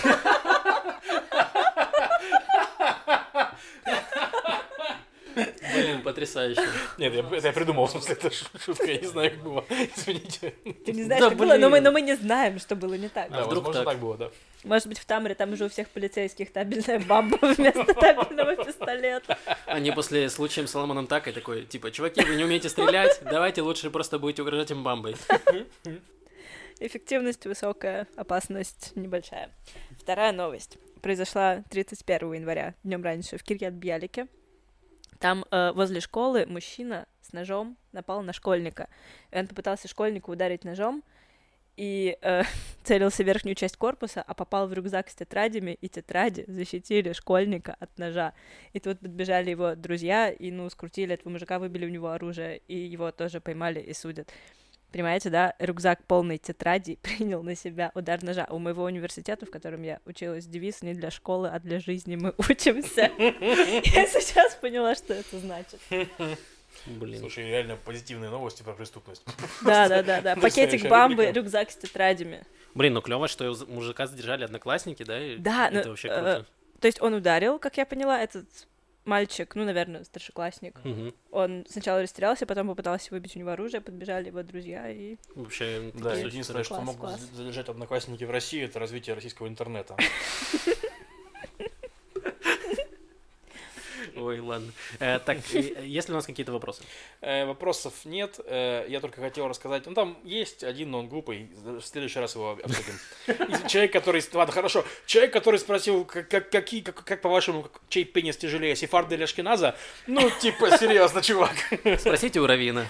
Блин, потрясающе. Нет, это я придумал, в смысле, это шутка, я не знаю, как было. Извините. Ты не знаешь, Да, как было, но блин. мы не знаем, что было не так. Да, вдруг возможно, так? так было, да. Может быть, в Тамаре там уже у всех полицейских табельная бамба вместо табельного пистолета. Они после случая с Соломоном Такой такой, типа, чуваки, вы не умеете стрелять, давайте лучше просто будете угрожать им бамбой. Эффективность высокая, опасность небольшая. Вторая новость. Произошла 31 января, днем раньше, в Кирьят-Бьялике. Там возле школы мужчина с ножом напал на школьника. И он попытался школьника ударить ножом и целился в верхнюю часть корпуса, а попал в рюкзак с тетрадями, и тетради защитили школьника от ножа. И тут подбежали его друзья и, скрутили этого мужика, выбили у него оружие, и его тоже поймали и судят. Понимаете, да? Рюкзак полный тетрадей принял на себя удар ножа. У моего университета, в котором я училась, девиз не для школы, а для жизни мы учимся. Я сейчас поняла, что это значит. Блин. Слушай, реально позитивные новости про преступность. Да. Пакетик Потрясающая бамбы, рубрика. рюкзак с тетрадями. Блин, ну клево, что мужика задержали одноклассники, да? И Да, это ну, вообще круто. То есть он ударил, как я поняла, этот мальчик, наверное, старшеклассник. Мгм. Он сначала растерялся, потом попытался выбить у него оружие, подбежали его друзья и... Вообще, Да, такие единственное, что Класс, могут класс. задержать одноклассники в России, это развитие российского интернета. Ой, ладно. Так, есть ли у нас какие-то вопросы? Вопросов нет, я только хотел рассказать. Ну, там есть один, но он глупый. В следующий раз его обсудим. Человек, который... Ладно, хорошо. Человек, который спросил, как по-вашему, чей пенис тяжелее, сефарда или ашкеназа? Ну, типа, серьезно, чувак. Спросите у Равина.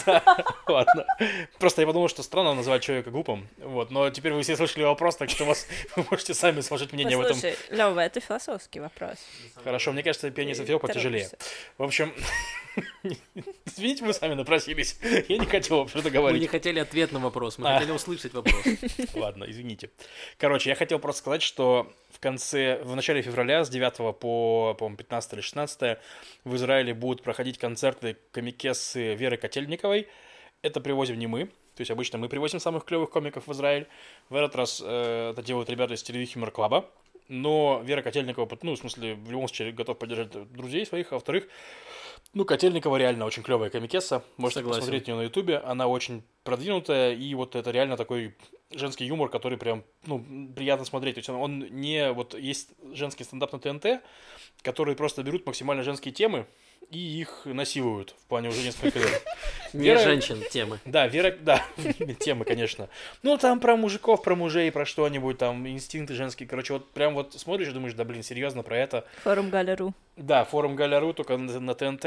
Ладно. Просто я подумал, что странно называть человека глупым. Вот, но теперь вы все слышали вопрос, так что вы можете сами сложить мнение в этом. Послушай, Лёва, это философский вопрос. Хорошо, мне кажется, пенис Эфиопа потяжелее. В общем, извините, вы сами напросились. Я не хотел вообще-то Мы говорить. не хотели ответ на вопрос, мы хотели услышать вопрос. Ладно, извините. Короче, я хотел просто сказать, что в начале февраля с 9 по, по-моему, 15 или 16 в Израиле будут проходить концерты комикессы Веры Котельниковой. Это привозим не мы. То есть обычно мы привозим самых клевых комиков в Израиль. В этот раз это делают ребята из Телевихимер Клаба. Но Вера Котельникова, ну, в смысле, в любом случае готов поддержать друзей своих, а во-вриых, ну, Котельникова реально очень клевая комикесса. Можете Согласен. посмотреть ее на Ютубе. Она очень продвинутая, и вот это реально такой женский юмор, который прям, ну, приятно смотреть. То есть он не... Вот есть женский стендап на ТНТ, которые просто берут максимально женские темы и их насилуют в плане уже несколько лет. Не Вера- женщин, темы. Да, темы, конечно. Ну, там про мужиков, про мужей, про что-нибудь, там, инстинкты женские. Короче, вот прям вот смотришь и думаешь, да, блин, серьезно про это. Форум Галя.ру. Да, форум Галя.ру, только на ТНТ,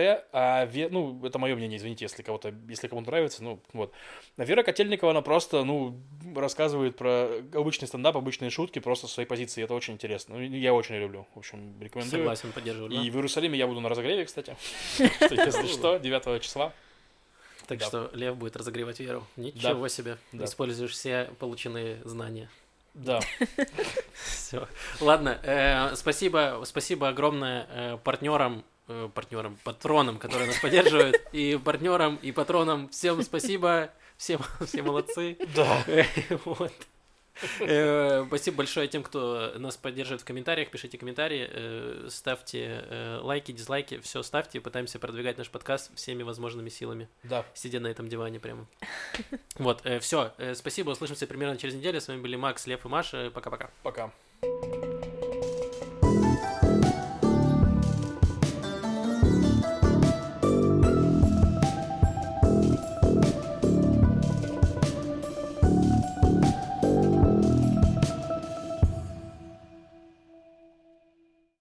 ну, это мое мнение, извините, если кому-то нравится, ну, вот. А Вера Котельникова, она просто, ну, рассказывает про обычный стендап, обычные шутки, просто со своей позиции, это очень интересно. Ну, я очень люблю, в общем, рекомендую. Согласен, поддерживаю. И в Иерусалиме я буду на разогреве, кстати, что, если что, 9 числа. Так Да. что Лев будет разогревать Веру. Ничего себе. Да. Используешь все полученные знания. Да. Все. Ладно, спасибо огромное патронам, которые нас поддерживают, и партнерам, и патронам. Всем спасибо, все молодцы. Да. Вот. Спасибо большое тем, кто нас поддерживает в комментариях. Пишите комментарии, ставьте лайки, дизлайки, все ставьте. Пытаемся продвигать наш подкаст всеми возможными силами, Да. сидя на этом диване прямо. Вот, все. Спасибо, услышимся примерно через неделю. С вами были Макс, Лев и Маша. Пока-пока. Пока.